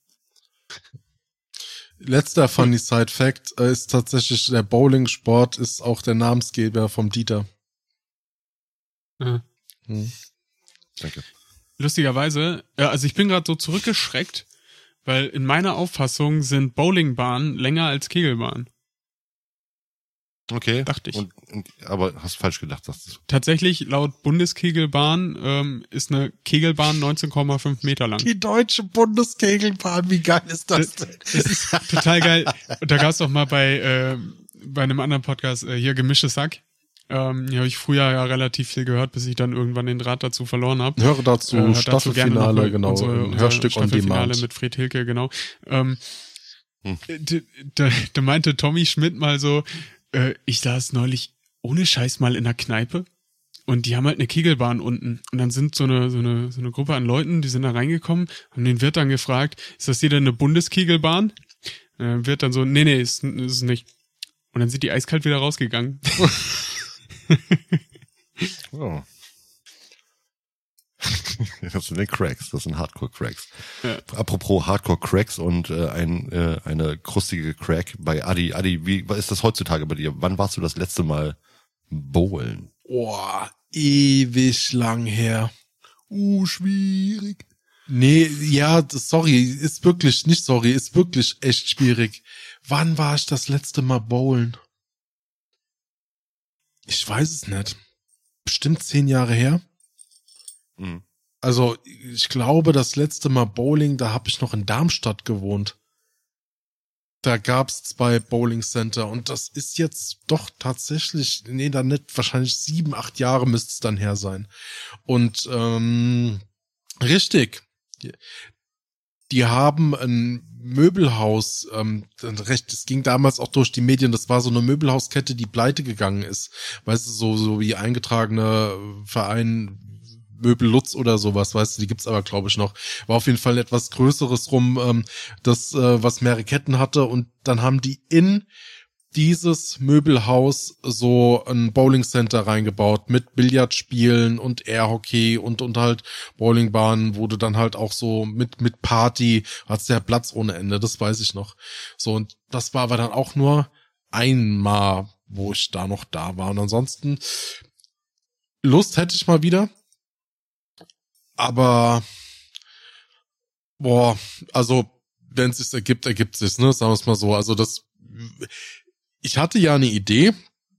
Letzter funny Side Fact äh, ist tatsächlich, der Bowling-Sport ist auch der Namensgeber vom Dieter. Ja. Hm. Danke. Lustigerweise, ja, also ich bin gerade so zurückgeschreckt, weil in meiner Auffassung sind Bowlingbahnen länger als Kegelbahnen. Okay. Dachte ich. Und, und, aber hast falsch gedacht, sagst du. Tatsächlich, laut Bundeskegelbahn ähm, ist eine Kegelbahn neunzehn Komma fünf Meter lang. Die deutsche Bundeskegelbahn, wie geil ist das denn? Das ist total geil. Und da gab es doch mal bei äh, bei einem anderen Podcast äh, hier Gemischtes Sack. Ähm, hier habe ich früher ja relativ viel gehört, bis ich dann irgendwann den Draht dazu verloren habe. Höre dazu, Äh, hört dazu gerne noch Staffelfinale, mal genau, unsere, ein unser Hörstück on Staffelfinale Demand. mit Fred Hilke, genau. Ähm, Hm. d- Da, da meinte Tommy Schmidt mal so, äh, ich saß neulich ohne Scheiß mal in der Kneipe und die haben halt eine Kegelbahn unten und dann sind so eine so eine so eine Gruppe an Leuten, die sind da reingekommen, haben den Wirt dann gefragt, ist das hier denn eine Bundeskegelbahn? Äh, wird dann so, nee, nee, ist, ist es nicht. Und dann sind die eiskalt wieder rausgegangen. Oh. Das sind den Cracks, das sind Hardcore-Cracks. Ja. Apropos Hardcore-Cracks und äh, ein, äh, eine krustige Crack bei Adi. Adi, wie ist das heutzutage bei dir? Wann warst du das letzte Mal bowlen? Boah, ewig lang her. Uh, schwierig. Nee, ja, das- sorry, ist wirklich, nicht sorry, ist wirklich echt schwierig. Wann war ich das letzte Mal bowlen? Ich weiß es nicht. Bestimmt zehn Jahre her. Mhm. Also, ich glaube, das letzte Mal Bowling, da habe ich noch in Darmstadt gewohnt. Da gab's zwei Bowling Center und das ist jetzt doch tatsächlich, nee, dann nicht, wahrscheinlich sieben, acht Jahre müsste es dann her sein. Und ähm, richtig, die, die haben ein Möbelhaus, ähm, recht, es ging damals auch durch die Medien, das war so eine Möbelhauskette, die pleite gegangen ist. Weißt du, so, so wie eingetragener Verein Möbel Lutz oder sowas, weißt du, die gibt's aber, glaube ich, noch. War auf jeden Fall etwas Größeres rum, ähm, das, äh, was mehrere Ketten hatte und dann haben die in dieses Möbelhaus so ein Bowling Center reingebaut mit Billardspielen und Airhockey und, und halt Bowlingbahnen, wo du dann halt auch so mit, mit Party, hat's ja Platz ohne Ende, das weiß ich noch. So, und das war aber dann auch nur einmal, wo ich da noch da war und ansonsten Lust hätte ich mal wieder. Aber, boah, also, wenn es sich ergibt, ergibt es sich, ne, sagen wir es mal so. Also das, ich hatte ja eine Idee,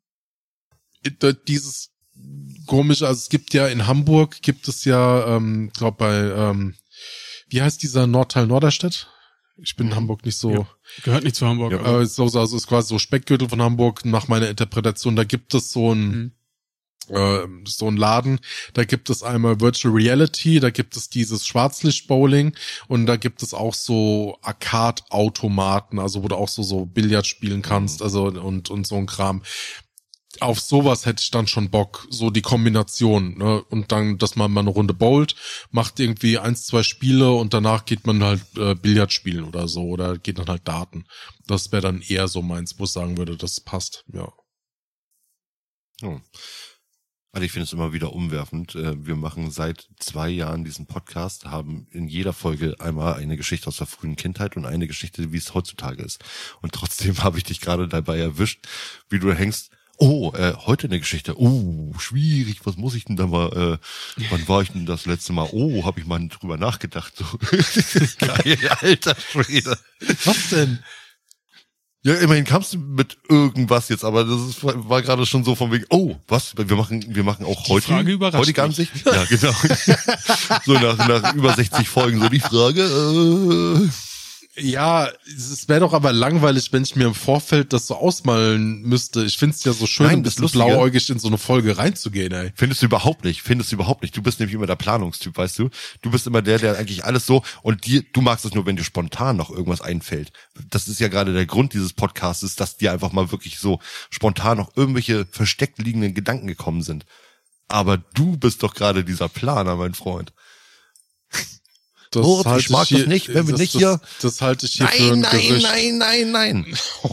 dieses komische, also es gibt ja in Hamburg, gibt es ja, ähm, glaube bei, ähm, wie heißt dieser Nordteil Norderstedt? Ich bin in Hamburg nicht so... Ja, gehört nicht zu Hamburg. Ja, aber aber so, also ist quasi so Speckgürtel von Hamburg nach meiner Interpretation. Da gibt es so ein... Mhm. so ein Laden, da gibt es einmal Virtual Reality, da gibt es dieses Schwarzlicht-Bowling und da gibt es auch so Arcade-Automaten, also wo du auch so so Billard spielen kannst, also und und so ein Kram. Auf sowas hätte ich dann schon Bock, so die Kombination, ne? Und dann, dass man mal eine Runde bowlt, macht irgendwie eins, zwei Spiele und danach geht man halt äh, Billard spielen oder so oder geht dann halt Daten. Das wäre dann eher so meins, wo ich sagen würde, das passt, ja. Oh. Also ich finde es immer wieder umwerfend. Wir machen seit zwei Jahren diesen Podcast, haben in jeder Folge einmal eine Geschichte aus der frühen Kindheit und eine Geschichte, wie es heutzutage ist. Und trotzdem habe ich dich gerade dabei erwischt, wie du hängst. Oh, äh, heute eine Geschichte. Oh, schwierig. Was muss ich denn da mal? Äh, wann war ich denn das letzte Mal? Oh, habe ich mal drüber nachgedacht. So. Geil, alter Schwede. Was denn? Ja, immerhin kamst du mit irgendwas jetzt, aber das ist, war gerade schon so von wegen, oh, was? Wir machen, wir machen auch Die heute, Frage überrascht heutige Ansicht. Ja, genau. So nach, nach über sechzig Folgen so die Frage, äh, Ja, es wäre doch aber langweilig, wenn ich mir im Vorfeld das so ausmalen müsste. Ich find's ja so schön, Nein, ein das bisschen Lustige- blauäugig in so eine Folge reinzugehen, ey. Findest du überhaupt nicht, findest du überhaupt nicht. Du bist nämlich immer der Planungstyp, weißt du? Du bist immer der, der eigentlich alles so, und dir, du magst es nur, wenn dir spontan noch irgendwas einfällt. Das ist ja gerade der Grund dieses Podcasts, dass dir einfach mal wirklich so spontan noch irgendwelche versteckt liegenden Gedanken gekommen sind. Aber du bist doch gerade dieser Planer, mein Freund. Das Moritz, ich halte mag hier- das nicht, wenn wir das, nicht das, hier- Das halte ich hier für Nein, ein nein, Gerücht. nein, nein, nein.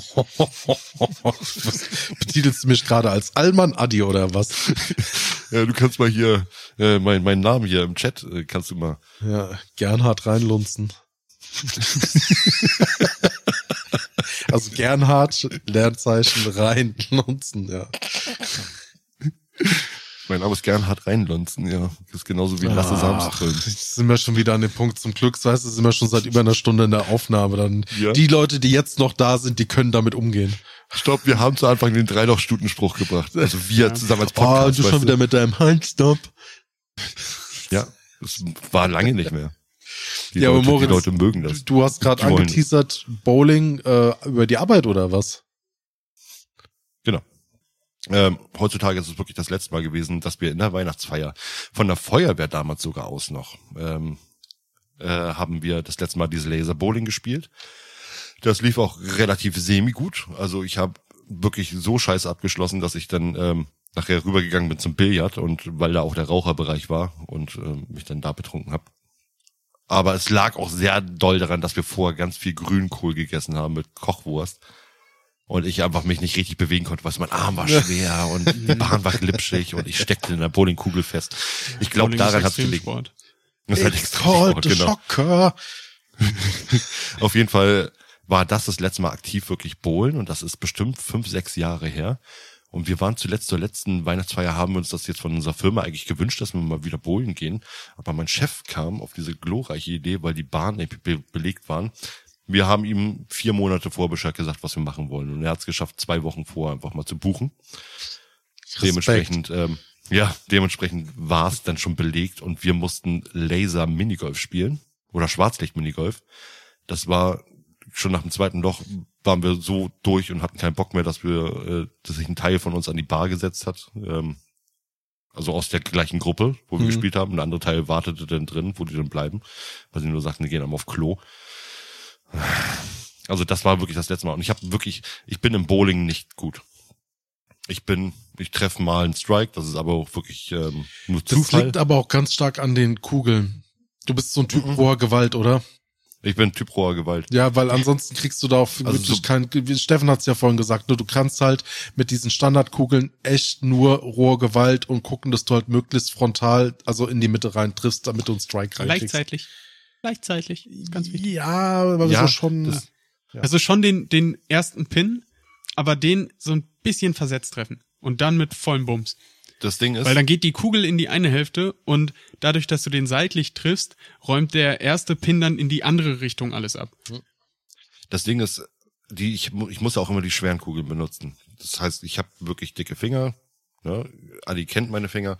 Was, betitelst du mich gerade als Allmann Adi oder was? Ja, du kannst mal hier, äh, mein, mein Namen hier im Chat, äh, kannst du mal. Ja, Gernhard reinlunzen. Also Gernhard, Leerzeichen reinlunzen, ja. Mein Name ist Gernhard Reinlunzen, ja. Das ist genauso wie Lasse Ach, Samstag. jetzt sind wir schon wieder an dem Punkt. Zum Glück, weißt du, sind wir schon seit über einer Stunde in der Aufnahme. Dann Ja. die Leute, die jetzt noch da sind, die können damit umgehen. Stopp, wir haben zu Anfang den Drei-Loch-Stuten-Spruch gebracht. Also wir zusammen als Oh, Podcast. du weißt schon wieder mit deinem Halt-Stop. Ja, das war lange nicht mehr. Die, Ja, aber Leute, Moritz, die Leute mögen Du, das. du hast gerade Die wollen- angeteasert, Bowling äh, über die Arbeit oder was? Genau. Ähm, heutzutage ist es wirklich das letzte Mal gewesen, dass wir in der Weihnachtsfeier von der Feuerwehr damals sogar aus noch ähm, äh, haben wir das letzte Mal diese Laser Bowling gespielt. Das lief auch relativ semi-gut. Also ich habe wirklich so scheiße abgeschlossen, dass ich dann ähm, nachher rübergegangen bin zum Billard, und weil da auch der Raucherbereich war und ähm, mich dann da betrunken habe. Aber es lag auch sehr doll daran, dass wir vorher ganz viel Grünkohl gegessen haben mit Kochwurst. Und ich einfach mich nicht richtig bewegen konnte, weil mein Arm war schwer und die Bahn war glitschig und ich steckte in der Bowlingkugel fest. Ich glaube, daran hat's gelegen. Das hat extrem genau. Schocker. Auf jeden Fall war das das letzte Mal aktiv wirklich bowlen und das ist bestimmt fünf, sechs Jahre her. Und wir waren zuletzt zur letzten Weihnachtsfeier, haben wir uns das jetzt von unserer Firma eigentlich gewünscht, dass wir mal wieder bowlen gehen. Aber mein Chef kam auf diese glorreiche Idee, weil die Bahnen be- belegt waren. Wir haben ihm vier Monate vor Bescheid gesagt, was wir machen wollen. Und er hat es geschafft, zwei Wochen vor einfach mal zu buchen. Respekt. Dementsprechend, ähm, ja, dementsprechend war es dann schon belegt und wir mussten Laser-Minigolf spielen oder Schwarzlicht-Minigolf. Das war schon nach dem zweiten Loch, waren wir so durch und hatten keinen Bock mehr, dass wir, äh, dass sich ein Teil von uns an die Bar gesetzt hat. Ähm, also aus der gleichen Gruppe, wo wir mhm. gespielt haben. Ein anderer Teil wartete dann drin, wo die dann bleiben, weil sie nur sagten, die gehen einmal auf Klo. Also das war wirklich das letzte Mal. Und ich habe wirklich, ich bin im Bowling nicht gut. Ich bin, ich treffe mal einen Strike, das ist aber auch wirklich ähm, nur das Zufall. Das liegt aber auch ganz stark an den Kugeln. Du bist so ein Typ mhm. roher Gewalt, oder? Ich bin Typ roher Gewalt. Ja, weil ansonsten kriegst du da auch also wirklich so kein, Steffen hat's ja vorhin gesagt, du kannst halt mit diesen Standardkugeln echt nur rohe Gewalt und gucken, dass du halt möglichst frontal, also in die Mitte rein triffst, damit du einen Strike reinkriegst. Gleichzeitig. Gleichzeitig, ganz wichtig. Ja, aber ja, so schon. Das, ja. Also schon den, den ersten Pin, aber den so ein bisschen versetzt treffen. Und dann mit vollem Bums. Das Ding ist. Weil dann geht die Kugel in die eine Hälfte und dadurch, dass du den seitlich triffst, räumt der erste Pin dann in die andere Richtung alles ab. Das Ding ist, die, ich, ich muss auch immer die schweren Kugeln benutzen. Das heißt, ich habe wirklich dicke Finger. Ne? Adi kennt meine Finger.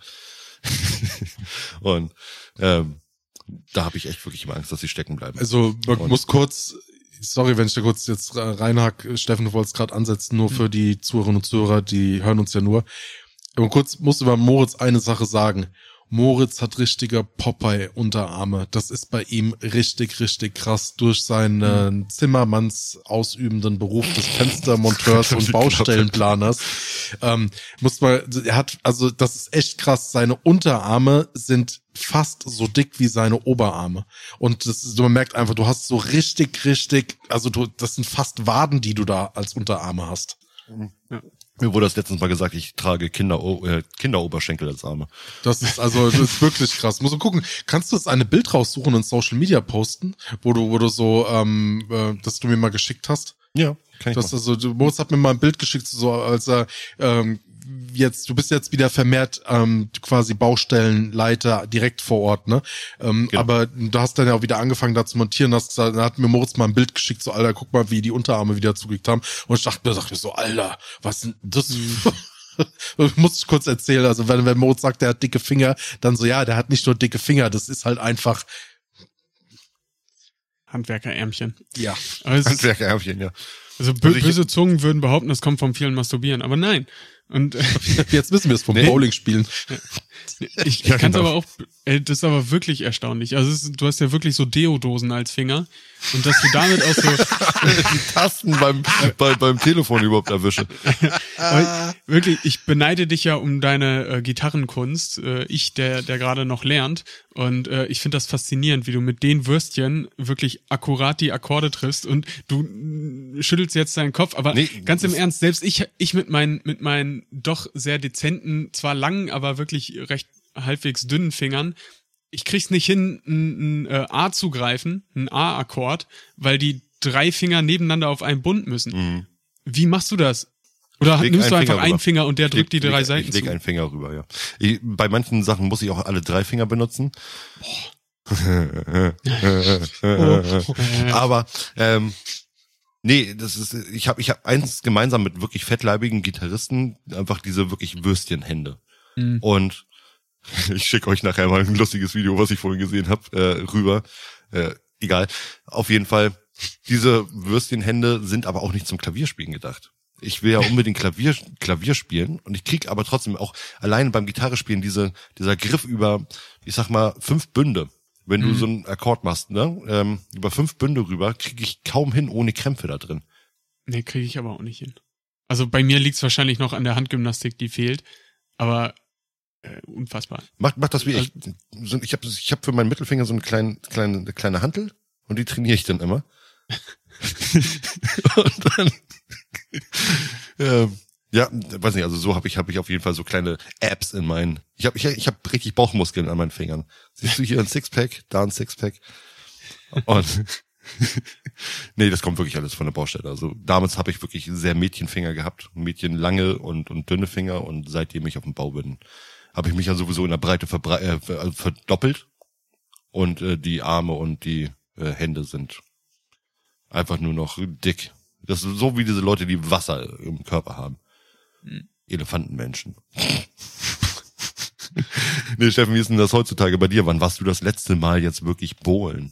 Und ähm, da habe ich echt wirklich immer Angst, dass sie stecken bleiben. Also man und muss kurz, sorry, wenn ich da kurz jetzt reinhack, Steffen, du wolltest gerade ansetzen, nur für die Zuhörerinnen und Zuhörer, die hören uns ja nur. Aber kurz musst du über Moritz eine Sache sagen. Moritz hat richtige Popeye-Unterarme. Das ist bei ihm richtig, richtig krass durch seinen mhm. Zimmermanns ausübenden Beruf des Fenstermonteurs und Baustellenplaners. Ähm, muss man, er hat, also das ist echt krass. Seine Unterarme sind fast so dick wie seine Oberarme. Und das ist, man merkt einfach, du hast so richtig, richtig, also du, das sind fast Waden, die du da als Unterarme hast. Ja. Mir wurde das letztens mal gesagt, ich trage Kinder, äh, Kinderoberschenkel als Arme. Das ist also das ist wirklich krass. Muss man gucken. Kannst du das eine Bild raussuchen und Social Media posten, wo du, wo du so, ähm, äh, dass du mir mal geschickt hast? Ja, kann ich das also, Moritz hat mir mal ein Bild geschickt, so als er ähm, jetzt, du bist jetzt wieder vermehrt ähm, quasi Baustellenleiter direkt vor Ort, ne? Ähm, genau. Aber du hast dann ja auch wieder angefangen, da zu montieren, hast gesagt, dann hat mir Moritz mal ein Bild geschickt, so, Alter, guck mal, wie die Unterarme wieder zugekriegt haben. Und ich dachte mir, dachte mir so, Alter, was denn das? Ich muss kurz erzählen, also wenn, wenn Moritz sagt, der hat dicke Finger, dann so, ja, der hat nicht nur dicke Finger, das ist halt einfach Handwerkerärmchen. Ja. Handwerkerärmchen, ja. Also bö- also böse Zungen würden behaupten, das kommt vom vielen Masturbieren, aber nein. Und jetzt wissen wir es vom nee. Bowling spielen. Ich, ich ja, kann es genau. aber auch, ey, das ist aber wirklich erstaunlich. Also es ist, du hast ja wirklich so Deodosen als Finger und dass du damit auch so die Tasten beim bei, beim Telefon überhaupt erwische. Aber wirklich, ich beneide dich ja um deine äh, Gitarrenkunst. Äh, ich, der der gerade noch lernt. Und äh, ich finde das faszinierend, wie du mit den Würstchen wirklich akkurat die Akkorde triffst und du äh, schüttelst jetzt deinen Kopf. Aber nee, ganz im Ernst, selbst ich ich mit meinen mit meinen doch sehr dezenten, zwar langen, aber wirklich recht halbwegs dünnen Fingern, ich krieg's nicht hin, ein, ein äh, A zu greifen, ein A-Akkord, weil die drei Finger nebeneinander auf einen Bund müssen. Mhm. Wie machst du das? Oder nimmst du einfach Finger einen Finger und der drückt leg, die drei leg, Seiten ich leg zu? einen Finger rüber, ja. Ich, bei manchen Sachen muss ich auch alle drei Finger benutzen. Boah. Aber ähm, nee, das ist ich habe ich habe eins gemeinsam mit wirklich fettleibigen Gitarristen, einfach diese wirklich Würstchenhände. Mhm. Und ich schicke euch nachher mal ein lustiges Video, was ich vorhin gesehen habe, äh, rüber. Äh, egal. Auf jeden Fall, diese Würstchenhände sind aber auch nicht zum Klavierspielen gedacht. Ich will ja unbedingt Klavier, Klavier spielen und ich krieg aber trotzdem auch alleine beim Gitarrespielen diese, dieser Griff über, ich sag mal, fünf Bünde. Wenn du mhm. so einen Akkord machst, ne, ähm, über fünf Bünde rüber, kriege ich kaum hin ohne Krämpfe da drin. Nee, kriege ich aber auch nicht hin. Also bei mir liegt's wahrscheinlich noch an der Handgymnastik, die fehlt. Aber äh, unfassbar. Mach, mach das wie ich. So, ich habe ich hab für meinen Mittelfinger so eine kleine, kleine, eine kleine Hantel und die trainiere ich dann immer. Und dann, äh, ja, weiß nicht, also so habe ich, habe ich auf jeden Fall so kleine Apps in meinen, ich habe ich, ich hab richtig Bauchmuskeln an meinen Fingern. Siehst du hier ein Sixpack, da ein Sixpack. Und nee, das kommt wirklich alles von der Baustelle. Also damals habe ich wirklich sehr Mädchenfinger gehabt, Mädchenlange und und dünne Finger und seitdem ich auf dem Bau bin, habe ich mich ja sowieso in der Breite verbre- äh, also verdoppelt und äh, die Arme und die äh, Hände sind einfach nur noch dick. Das ist so wie diese Leute, die Wasser im Körper haben. Mhm. Elefantenmenschen. Nee, Steffen, wie ist denn das heutzutage bei dir? Wann warst du das letzte Mal jetzt wirklich bowlen?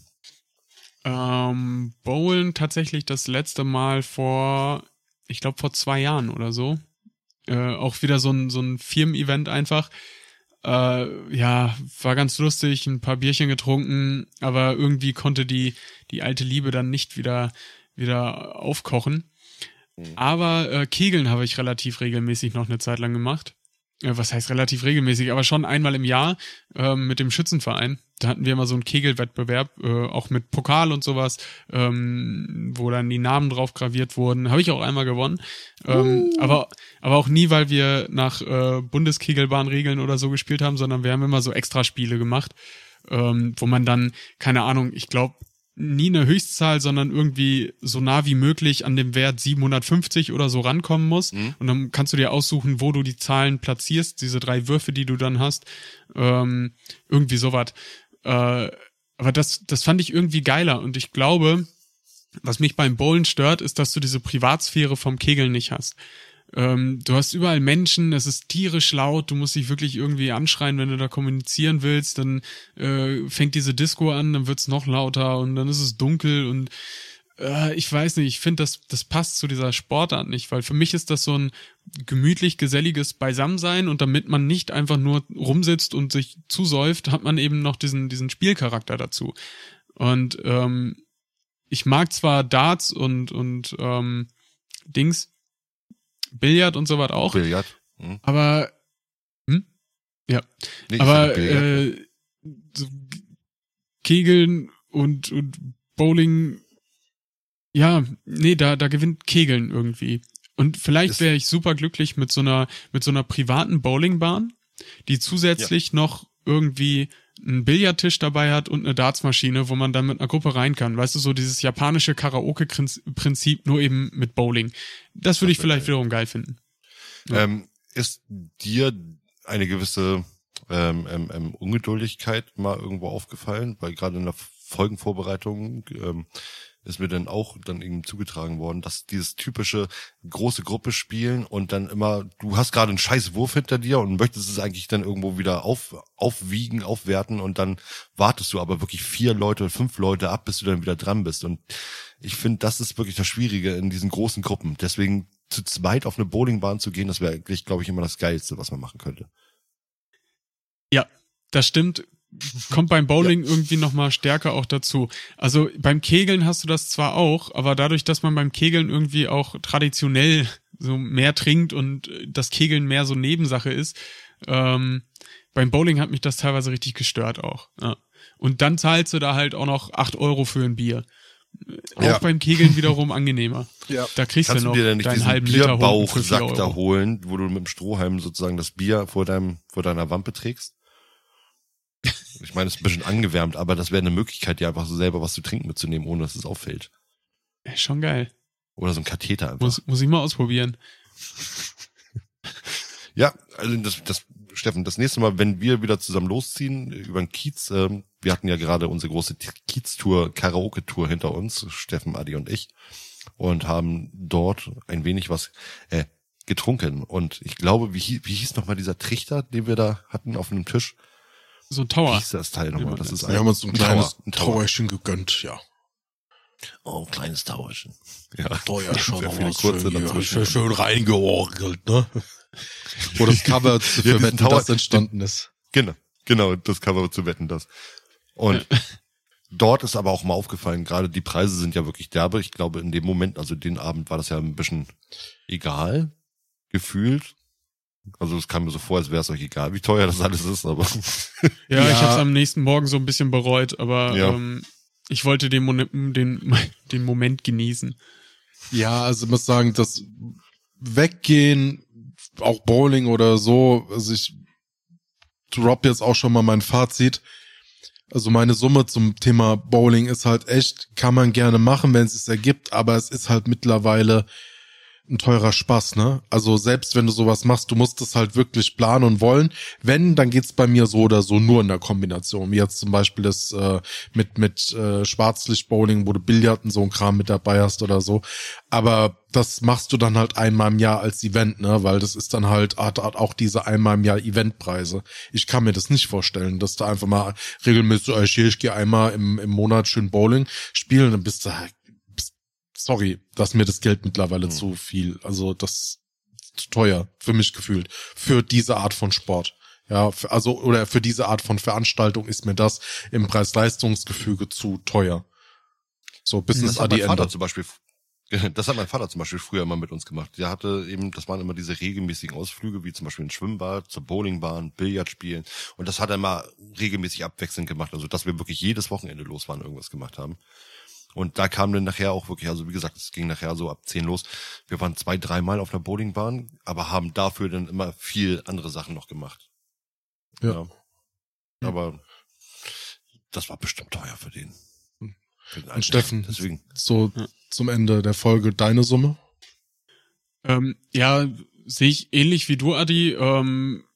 Ähm, Bowlen tatsächlich das letzte Mal vor, ich glaube vor zwei Jahren oder so. Äh, auch wieder so ein so ein Firmen-Event einfach. Äh, ja, war ganz lustig, ein paar Bierchen getrunken, aber irgendwie konnte die die alte Liebe dann nicht wieder wieder aufkochen. Mhm. Aber äh, Kegeln habe ich relativ regelmäßig noch eine Zeit lang gemacht. Äh, was heißt relativ regelmäßig? Aber schon einmal im Jahr äh, mit dem Schützenverein. Da hatten wir immer so einen Kegelwettbewerb, äh, auch mit Pokal und sowas, ähm, wo dann die Namen drauf graviert wurden. Habe ich auch einmal gewonnen. Ähm, uh. aber aber auch nie, weil wir nach äh, Bundeskegelbahnregeln oder so gespielt haben, sondern wir haben immer so Extraspiele gemacht, ähm, wo man dann, keine Ahnung, ich glaube, nie eine Höchstzahl, sondern irgendwie so nah wie möglich an dem Wert siebenhundertfünfzig oder so rankommen muss. Mhm. Und dann kannst du dir aussuchen, wo du die Zahlen platzierst, diese drei Würfe, die du dann hast. Ähm, irgendwie sowas. Äh, aber das, das fand ich irgendwie geiler. Und ich glaube, was mich beim Bowlen stört, ist, dass du diese Privatsphäre vom Kegeln nicht hast. Ähm, du hast überall Menschen, es ist tierisch laut, du musst dich wirklich irgendwie anschreien, wenn du da kommunizieren willst, dann äh, fängt diese Disco an, dann wird's noch lauter und dann ist es dunkel und äh, ich weiß nicht, ich finde, das, das passt zu dieser Sportart nicht, weil für mich ist das so ein gemütlich geselliges Beisammensein und damit man nicht einfach nur rumsitzt und sich zusäuft, hat man eben noch diesen, diesen Spielcharakter dazu. Und ähm, ich mag zwar Darts und, und ähm, Dings, Billard und sowas auch. Billard. Hm. Aber, hm? Ja. Nee, aber äh, so Kegeln und, und Bowling, ja, nee, da, da gewinnt Kegeln irgendwie. Und vielleicht wäre ich super glücklich mit so einer, mit so einer privaten Bowlingbahn, die zusätzlich ja. noch irgendwie einen Billardtisch dabei hat und eine Dartsmaschine, wo man dann mit einer Gruppe rein kann. Weißt du, so dieses japanische Karaoke-Prinzip, nur eben mit Bowling. Das würde ich vielleicht geil. wiederum geil finden. Ja. Ähm, ist dir eine gewisse ähm, ähm, Ungeduldigkeit mal irgendwo aufgefallen? Weil gerade in der Folgenvorbereitung ähm, ist mir dann auch dann eben zugetragen worden, dass dieses typische große Gruppe spielen und dann immer, du hast gerade einen scheiß Wurf hinter dir und möchtest es eigentlich dann irgendwo wieder auf, aufwiegen, aufwerten und dann wartest du aber wirklich vier Leute, fünf Leute ab, bis du dann wieder dran bist. Und ich finde, das ist wirklich das Schwierige in diesen großen Gruppen. Deswegen zu zweit auf eine Bowlingbahn zu gehen, das wäre eigentlich, glaube ich, immer das Geilste, was man machen könnte. Ja, das stimmt. Kommt beim Bowling ja. irgendwie nochmal stärker auch dazu. Also beim Kegeln hast du das zwar auch, aber dadurch, dass man beim Kegeln irgendwie auch traditionell so mehr trinkt und das Kegeln mehr so Nebensache ist, ähm, beim Bowling hat mich das teilweise richtig gestört auch. Ja. Und dann zahlst du da halt auch noch acht Euro für ein Bier. Auch ja. beim Kegeln wiederum angenehmer. Ja. Da kriegst Kannst du noch du dir denn nicht deinen diesen halben Liter Bierbauchsack da holen, wo du mit dem Strohhalm sozusagen das Bier vor deinem vor deiner Wampe trägst? Ich meine, es ist ein bisschen angewärmt, aber das wäre eine Möglichkeit, dir einfach so selber was zu trinken mitzunehmen, ohne dass es auffällt. Ja, schon geil. Oder so ein Katheter einfach. Muss, muss ich mal ausprobieren. Ja, also das, das, Steffen, das nächste Mal, wenn wir wieder zusammen losziehen über den Kiez, ähm, wir hatten ja gerade unsere große Kiez-Tour, Karaoke-Tour hinter uns, Steffen, Adi und ich, und haben dort ein wenig was äh, getrunken. Und ich glaube, wie, wie hieß nochmal dieser Trichter, den wir da hatten auf einem Tisch? So ein Tower. Wie hieß das Teil nochmal? Das ist ein, wir haben uns ein, ein kleines Tower, ein Towerchen gegönnt, ja. Oh, ein kleines Towerchen. Ja, Tower schon sehr noch viele was kurze schön, dazwischen. schön, schön reingeorgelt, ne? Wo das Cover zu ja, Wetten, Tower, das entstanden ist. Genau, genau, das Cover zu Wetten, das. Und ja. Dort ist aber auch mal aufgefallen, gerade die Preise sind ja wirklich derbe. Ich glaube, in dem Moment, also den Abend war das ja ein bisschen egal, gefühlt. Also es kam mir so vor, als wäre es euch egal, wie teuer das alles ist, aber Ja, Ja. ich habe es am nächsten Morgen so ein bisschen bereut, aber Ja. ähm, ich wollte den, Mon- den, den Moment genießen. Ja, also ich muss sagen, das Weggehen, auch Bowling oder so, also ich drop jetzt auch schon mal mein Fazit. Also meine Summe zum Thema Bowling ist halt echt, kann man gerne machen, wenn es sich ergibt, aber es ist halt mittlerweile ein teurer Spaß, ne? Also selbst wenn du sowas machst, du musst es halt wirklich planen und wollen. Wenn, dann geht's bei mir so oder so nur in der Kombination. Wie jetzt zum Beispiel das äh, mit mit äh, Schwarzlicht-Bowling, wo du Billard und so ein Kram mit dabei hast oder so. Aber das machst du dann halt einmal im Jahr als Event, ne? Weil das ist dann halt hat, hat auch diese einmal im Jahr Eventpreise. Ich kann mir das nicht vorstellen, dass du einfach mal regelmäßig, äh, hier, ich gehe einmal im, im Monat schön Bowling spielen, dann bist du halt sorry, das ist mir das Geld mittlerweile mhm. zu viel. Also das ist zu teuer, für mich gefühlt. Für diese Art von Sport. Ja, für, also, oder für diese Art von Veranstaltung ist mir das im Preis-Leistungs-Gefüge zu teuer. So, Business das hat mein Adi Vater Ende. zum Beispiel, das hat mein Vater zum Beispiel früher immer mit uns gemacht. Der hatte eben, das waren immer diese regelmäßigen Ausflüge, wie zum Beispiel ein Schwimmbad, zur Bowlingbahn, Billard spielen. Und das hat er mal regelmäßig abwechselnd gemacht. Also, dass wir wirklich jedes Wochenende los waren, irgendwas gemacht haben. Und da kam dann nachher auch wirklich, also wie gesagt, es ging nachher so ab zehn los. Wir waren zwei, dreimal auf der Bowlingbahn, aber haben dafür dann immer viel andere Sachen noch gemacht. Ja. ja. Aber das war bestimmt teuer für den. Für den Und Steffen, deswegen. so ja. zum Ende der Folge deine Summe? Ähm, ja, sehe ich ähnlich wie du, Adi. Ähm,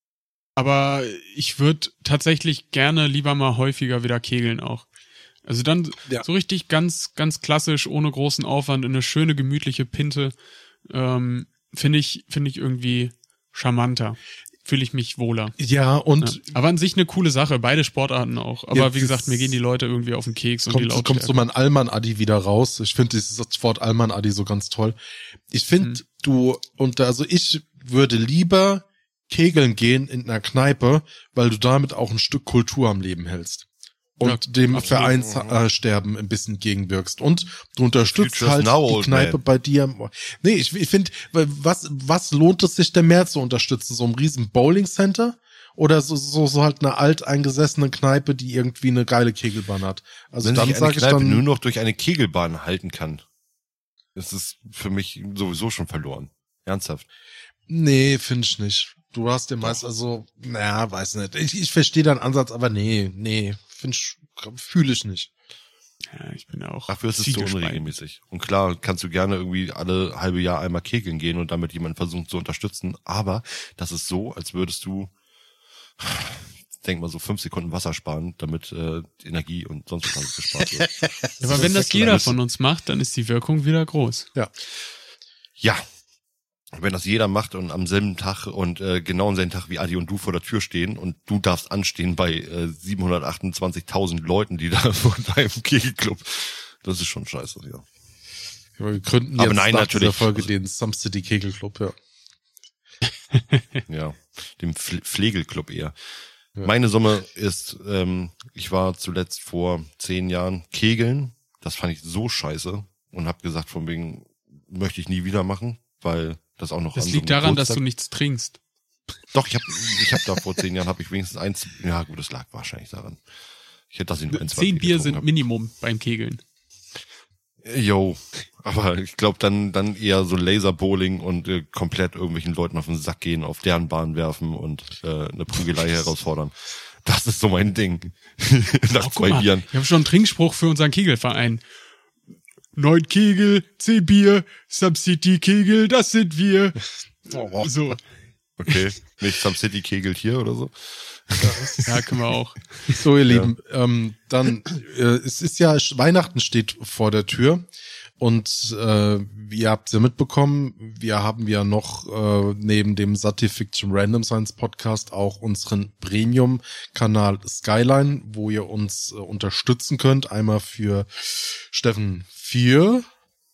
aber ich würde tatsächlich gerne lieber mal häufiger wieder kegeln auch. Also dann ja. so richtig ganz, ganz klassisch, ohne großen Aufwand, in eine schöne, gemütliche Pinte, ähm, finde ich, finde ich irgendwie charmanter. Fühle ich mich wohler. Ja, und... Ja. Aber an sich eine coole Sache, beide Sportarten auch. Aber ja, wie gesagt, mir gehen die Leute irgendwie auf den Keks und kommt, die Lautstärke. Kommt so mein Allmann-Adi wieder raus. Ich finde dieses Wort Allmann-Adi so ganz toll. Ich finde, hm. du, und also ich würde lieber kegeln gehen in einer Kneipe, weil du damit auch ein Stück Kultur am Leben hältst. Und ja, dem Vereinssterben ein bisschen gegenwirkst. Und du unterstützt Futures halt now, die Kneipe man. bei dir. Nee, ich, ich finde, was, was lohnt es sich denn mehr zu unterstützen? So ein riesen Bowling-Center? Oder so, so, so halt eine alteingesessene Kneipe, die irgendwie eine geile Kegelbahn hat? Also wenn dann sich eine sag Kneipe ich dann nur noch durch eine Kegelbahn halten kann, ist es für mich sowieso schon verloren. Ernsthaft. Nee, finde ich nicht. Du hast den meist, also, naja, weiß nicht. Ich, ich verstehe deinen Ansatz, aber nee, nee. Fühle ich nicht. Ja, ich bin ja auch. Dafür ist es zu unregelmäßig. Und klar, kannst du gerne irgendwie alle halbe Jahr einmal kegeln gehen und damit jemanden versuchen zu unterstützen. Aber das ist so, als würdest du, denk mal so fünf Sekunden Wasser sparen, damit äh, Energie und sonst was gespart wird. Ja, aber wenn das jeder von uns macht, dann ist die Wirkung wieder groß. Ja. Ja. Wenn das jeder macht und am selben Tag und äh, genau am selben Tag wie Adi und du vor der Tür stehen und du darfst anstehen bei äh, siebenhundertachtundzwanzigtausend Leuten, die da vor deinem Kegelclub, das ist schon scheiße, ja. Ja, wir gründen aber jetzt nein, nach natürlich. dieser Folge den Some City Kegelclub, ja. Ja, dem Pfle- Pflegelclub eher. Ja. Meine Summe ist, ähm, ich war zuletzt vor zehn Jahren kegeln, das fand ich so scheiße und habe gesagt, von wegen möchte ich nie wieder machen, weil das auch noch das an liegt so einem daran, Geburtstag- dass du nichts trinkst. Doch, ich habe ich hab da vor zehn Jahren habe ich wenigstens eins, ja gut, das lag wahrscheinlich daran. Ich hätte das in ein, zwei Zehn Bier getrunken sind hab. Minimum beim Kegeln. Jo, aber ich glaube dann dann eher so Laserbowling und äh, komplett irgendwelchen Leuten auf den Sack gehen, auf deren Bahn werfen und äh, eine Prügelei herausfordern. Das ist so mein Ding. Nach Oh, guck zwei mal, Bieren. ich habe schon einen Trinkspruch für unseren Kegelverein. Neun Kegel, zehn Bier, Some City Kegel, das sind wir. Oh. So, Okay, nicht Some City kegelt hier oder so. ja, können wir auch. So, ihr Lieben, ähm, dann, äh, es ist ja, Weihnachten steht vor der Tür und äh, ihr habt ja mitbekommen, wir haben ja noch äh, neben dem Satifiction Random Science Podcast auch unseren Premium-Kanal Skyline, wo ihr uns äh, unterstützen könnt. Einmal für Steffen vier.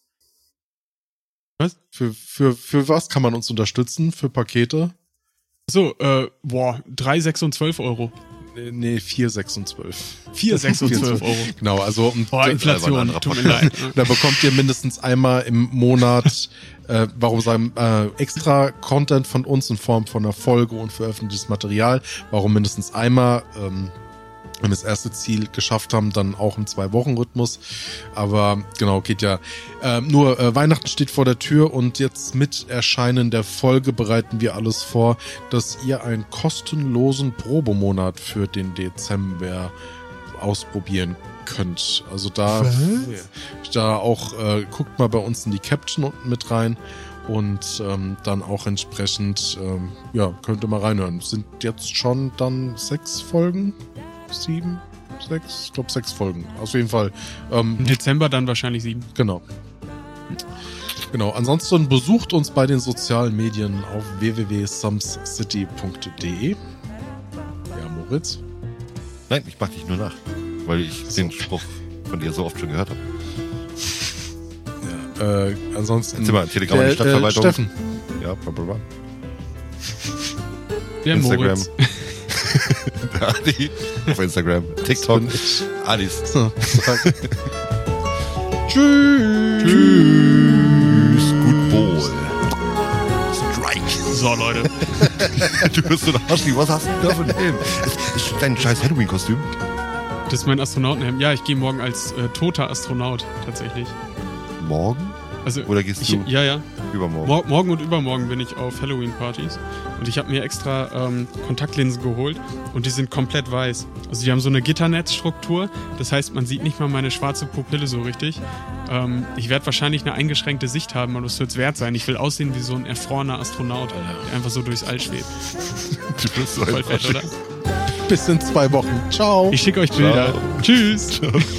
Was? Für, für, für was kann man uns unterstützen? Für Pakete? So, äh, boah, drei, sechs und zwölf Euro. Nee, nee, vier, sechs und zwölf. Vier, sechs und zwölf Euro. Genau, also und Boah, Inflation, tut mir leid. da bekommt ihr mindestens einmal im Monat Äh, warum sagen äh, extra Content von uns in Form von einer Folge und veröffentlichtes Material? Warum mindestens einmal? Ähm, wenn wir das erste Ziel geschafft haben, dann auch im Zwei-Wochen-Rhythmus. Aber genau, geht ja. Äh, nur äh, Weihnachten steht vor der Tür und jetzt mit Erscheinen der Folge bereiten wir alles vor, dass ihr einen kostenlosen Probemonat für den Dezember ausprobieren könnt. Also da, da auch, äh, guckt mal bei uns in die Caption unten mit rein. Und ähm, dann auch entsprechend, ähm, ja, könnt ihr mal reinhören. Es sind jetzt schon dann sechs Folgen? Sieben? Sechs? Ich glaube sechs Folgen. Auf jeden Fall. Ähm, Im Dezember dann wahrscheinlich sieben. Genau. Genau. Ansonsten besucht uns bei den sozialen Medien auf w w w punkt sumscity punkt d e. Ja, Moritz? Nein, ich mach dich nur nach, weil ich so. den Spruch von dir so oft schon gehört habe. Ja, äh, ansonsten... Erzähl mal, Telegram an die Stadtverwaltung. Äh, Steffen. Ja, blablabla. Der Instagram. Moritz. Der Adi auf Instagram. TikTok. Adis. So. Tschüss. Tschüss. Good boy. Strike. So, Leute. Du bist so ein Aschi. Was hast du da für einen Helm? Das ist dein scheiß Halloween-Kostüm. Das ist mein Astronautenhelm. Ja, ich gehe morgen als äh, toter Astronaut tatsächlich. Morgen? Also, Oder gehst ich, du ja, ja. übermorgen? Mor- morgen und übermorgen bin ich auf Halloween-Partys. Und ich habe mir extra ähm, Kontaktlinsen geholt. Und die sind komplett weiß. Also die haben so eine Gitternetzstruktur. Das heißt, man sieht nicht mal meine schwarze Pupille so richtig. Ähm, ich werde wahrscheinlich eine eingeschränkte Sicht haben, aber das wird es wert sein. Ich will aussehen wie so ein erfrorener Astronaut, der einfach so durchs All schwebt. Du bist so Voll fett, oder? Bis in zwei Wochen. Ciao. Ich schicke euch Bilder. Ciao. Tschüss.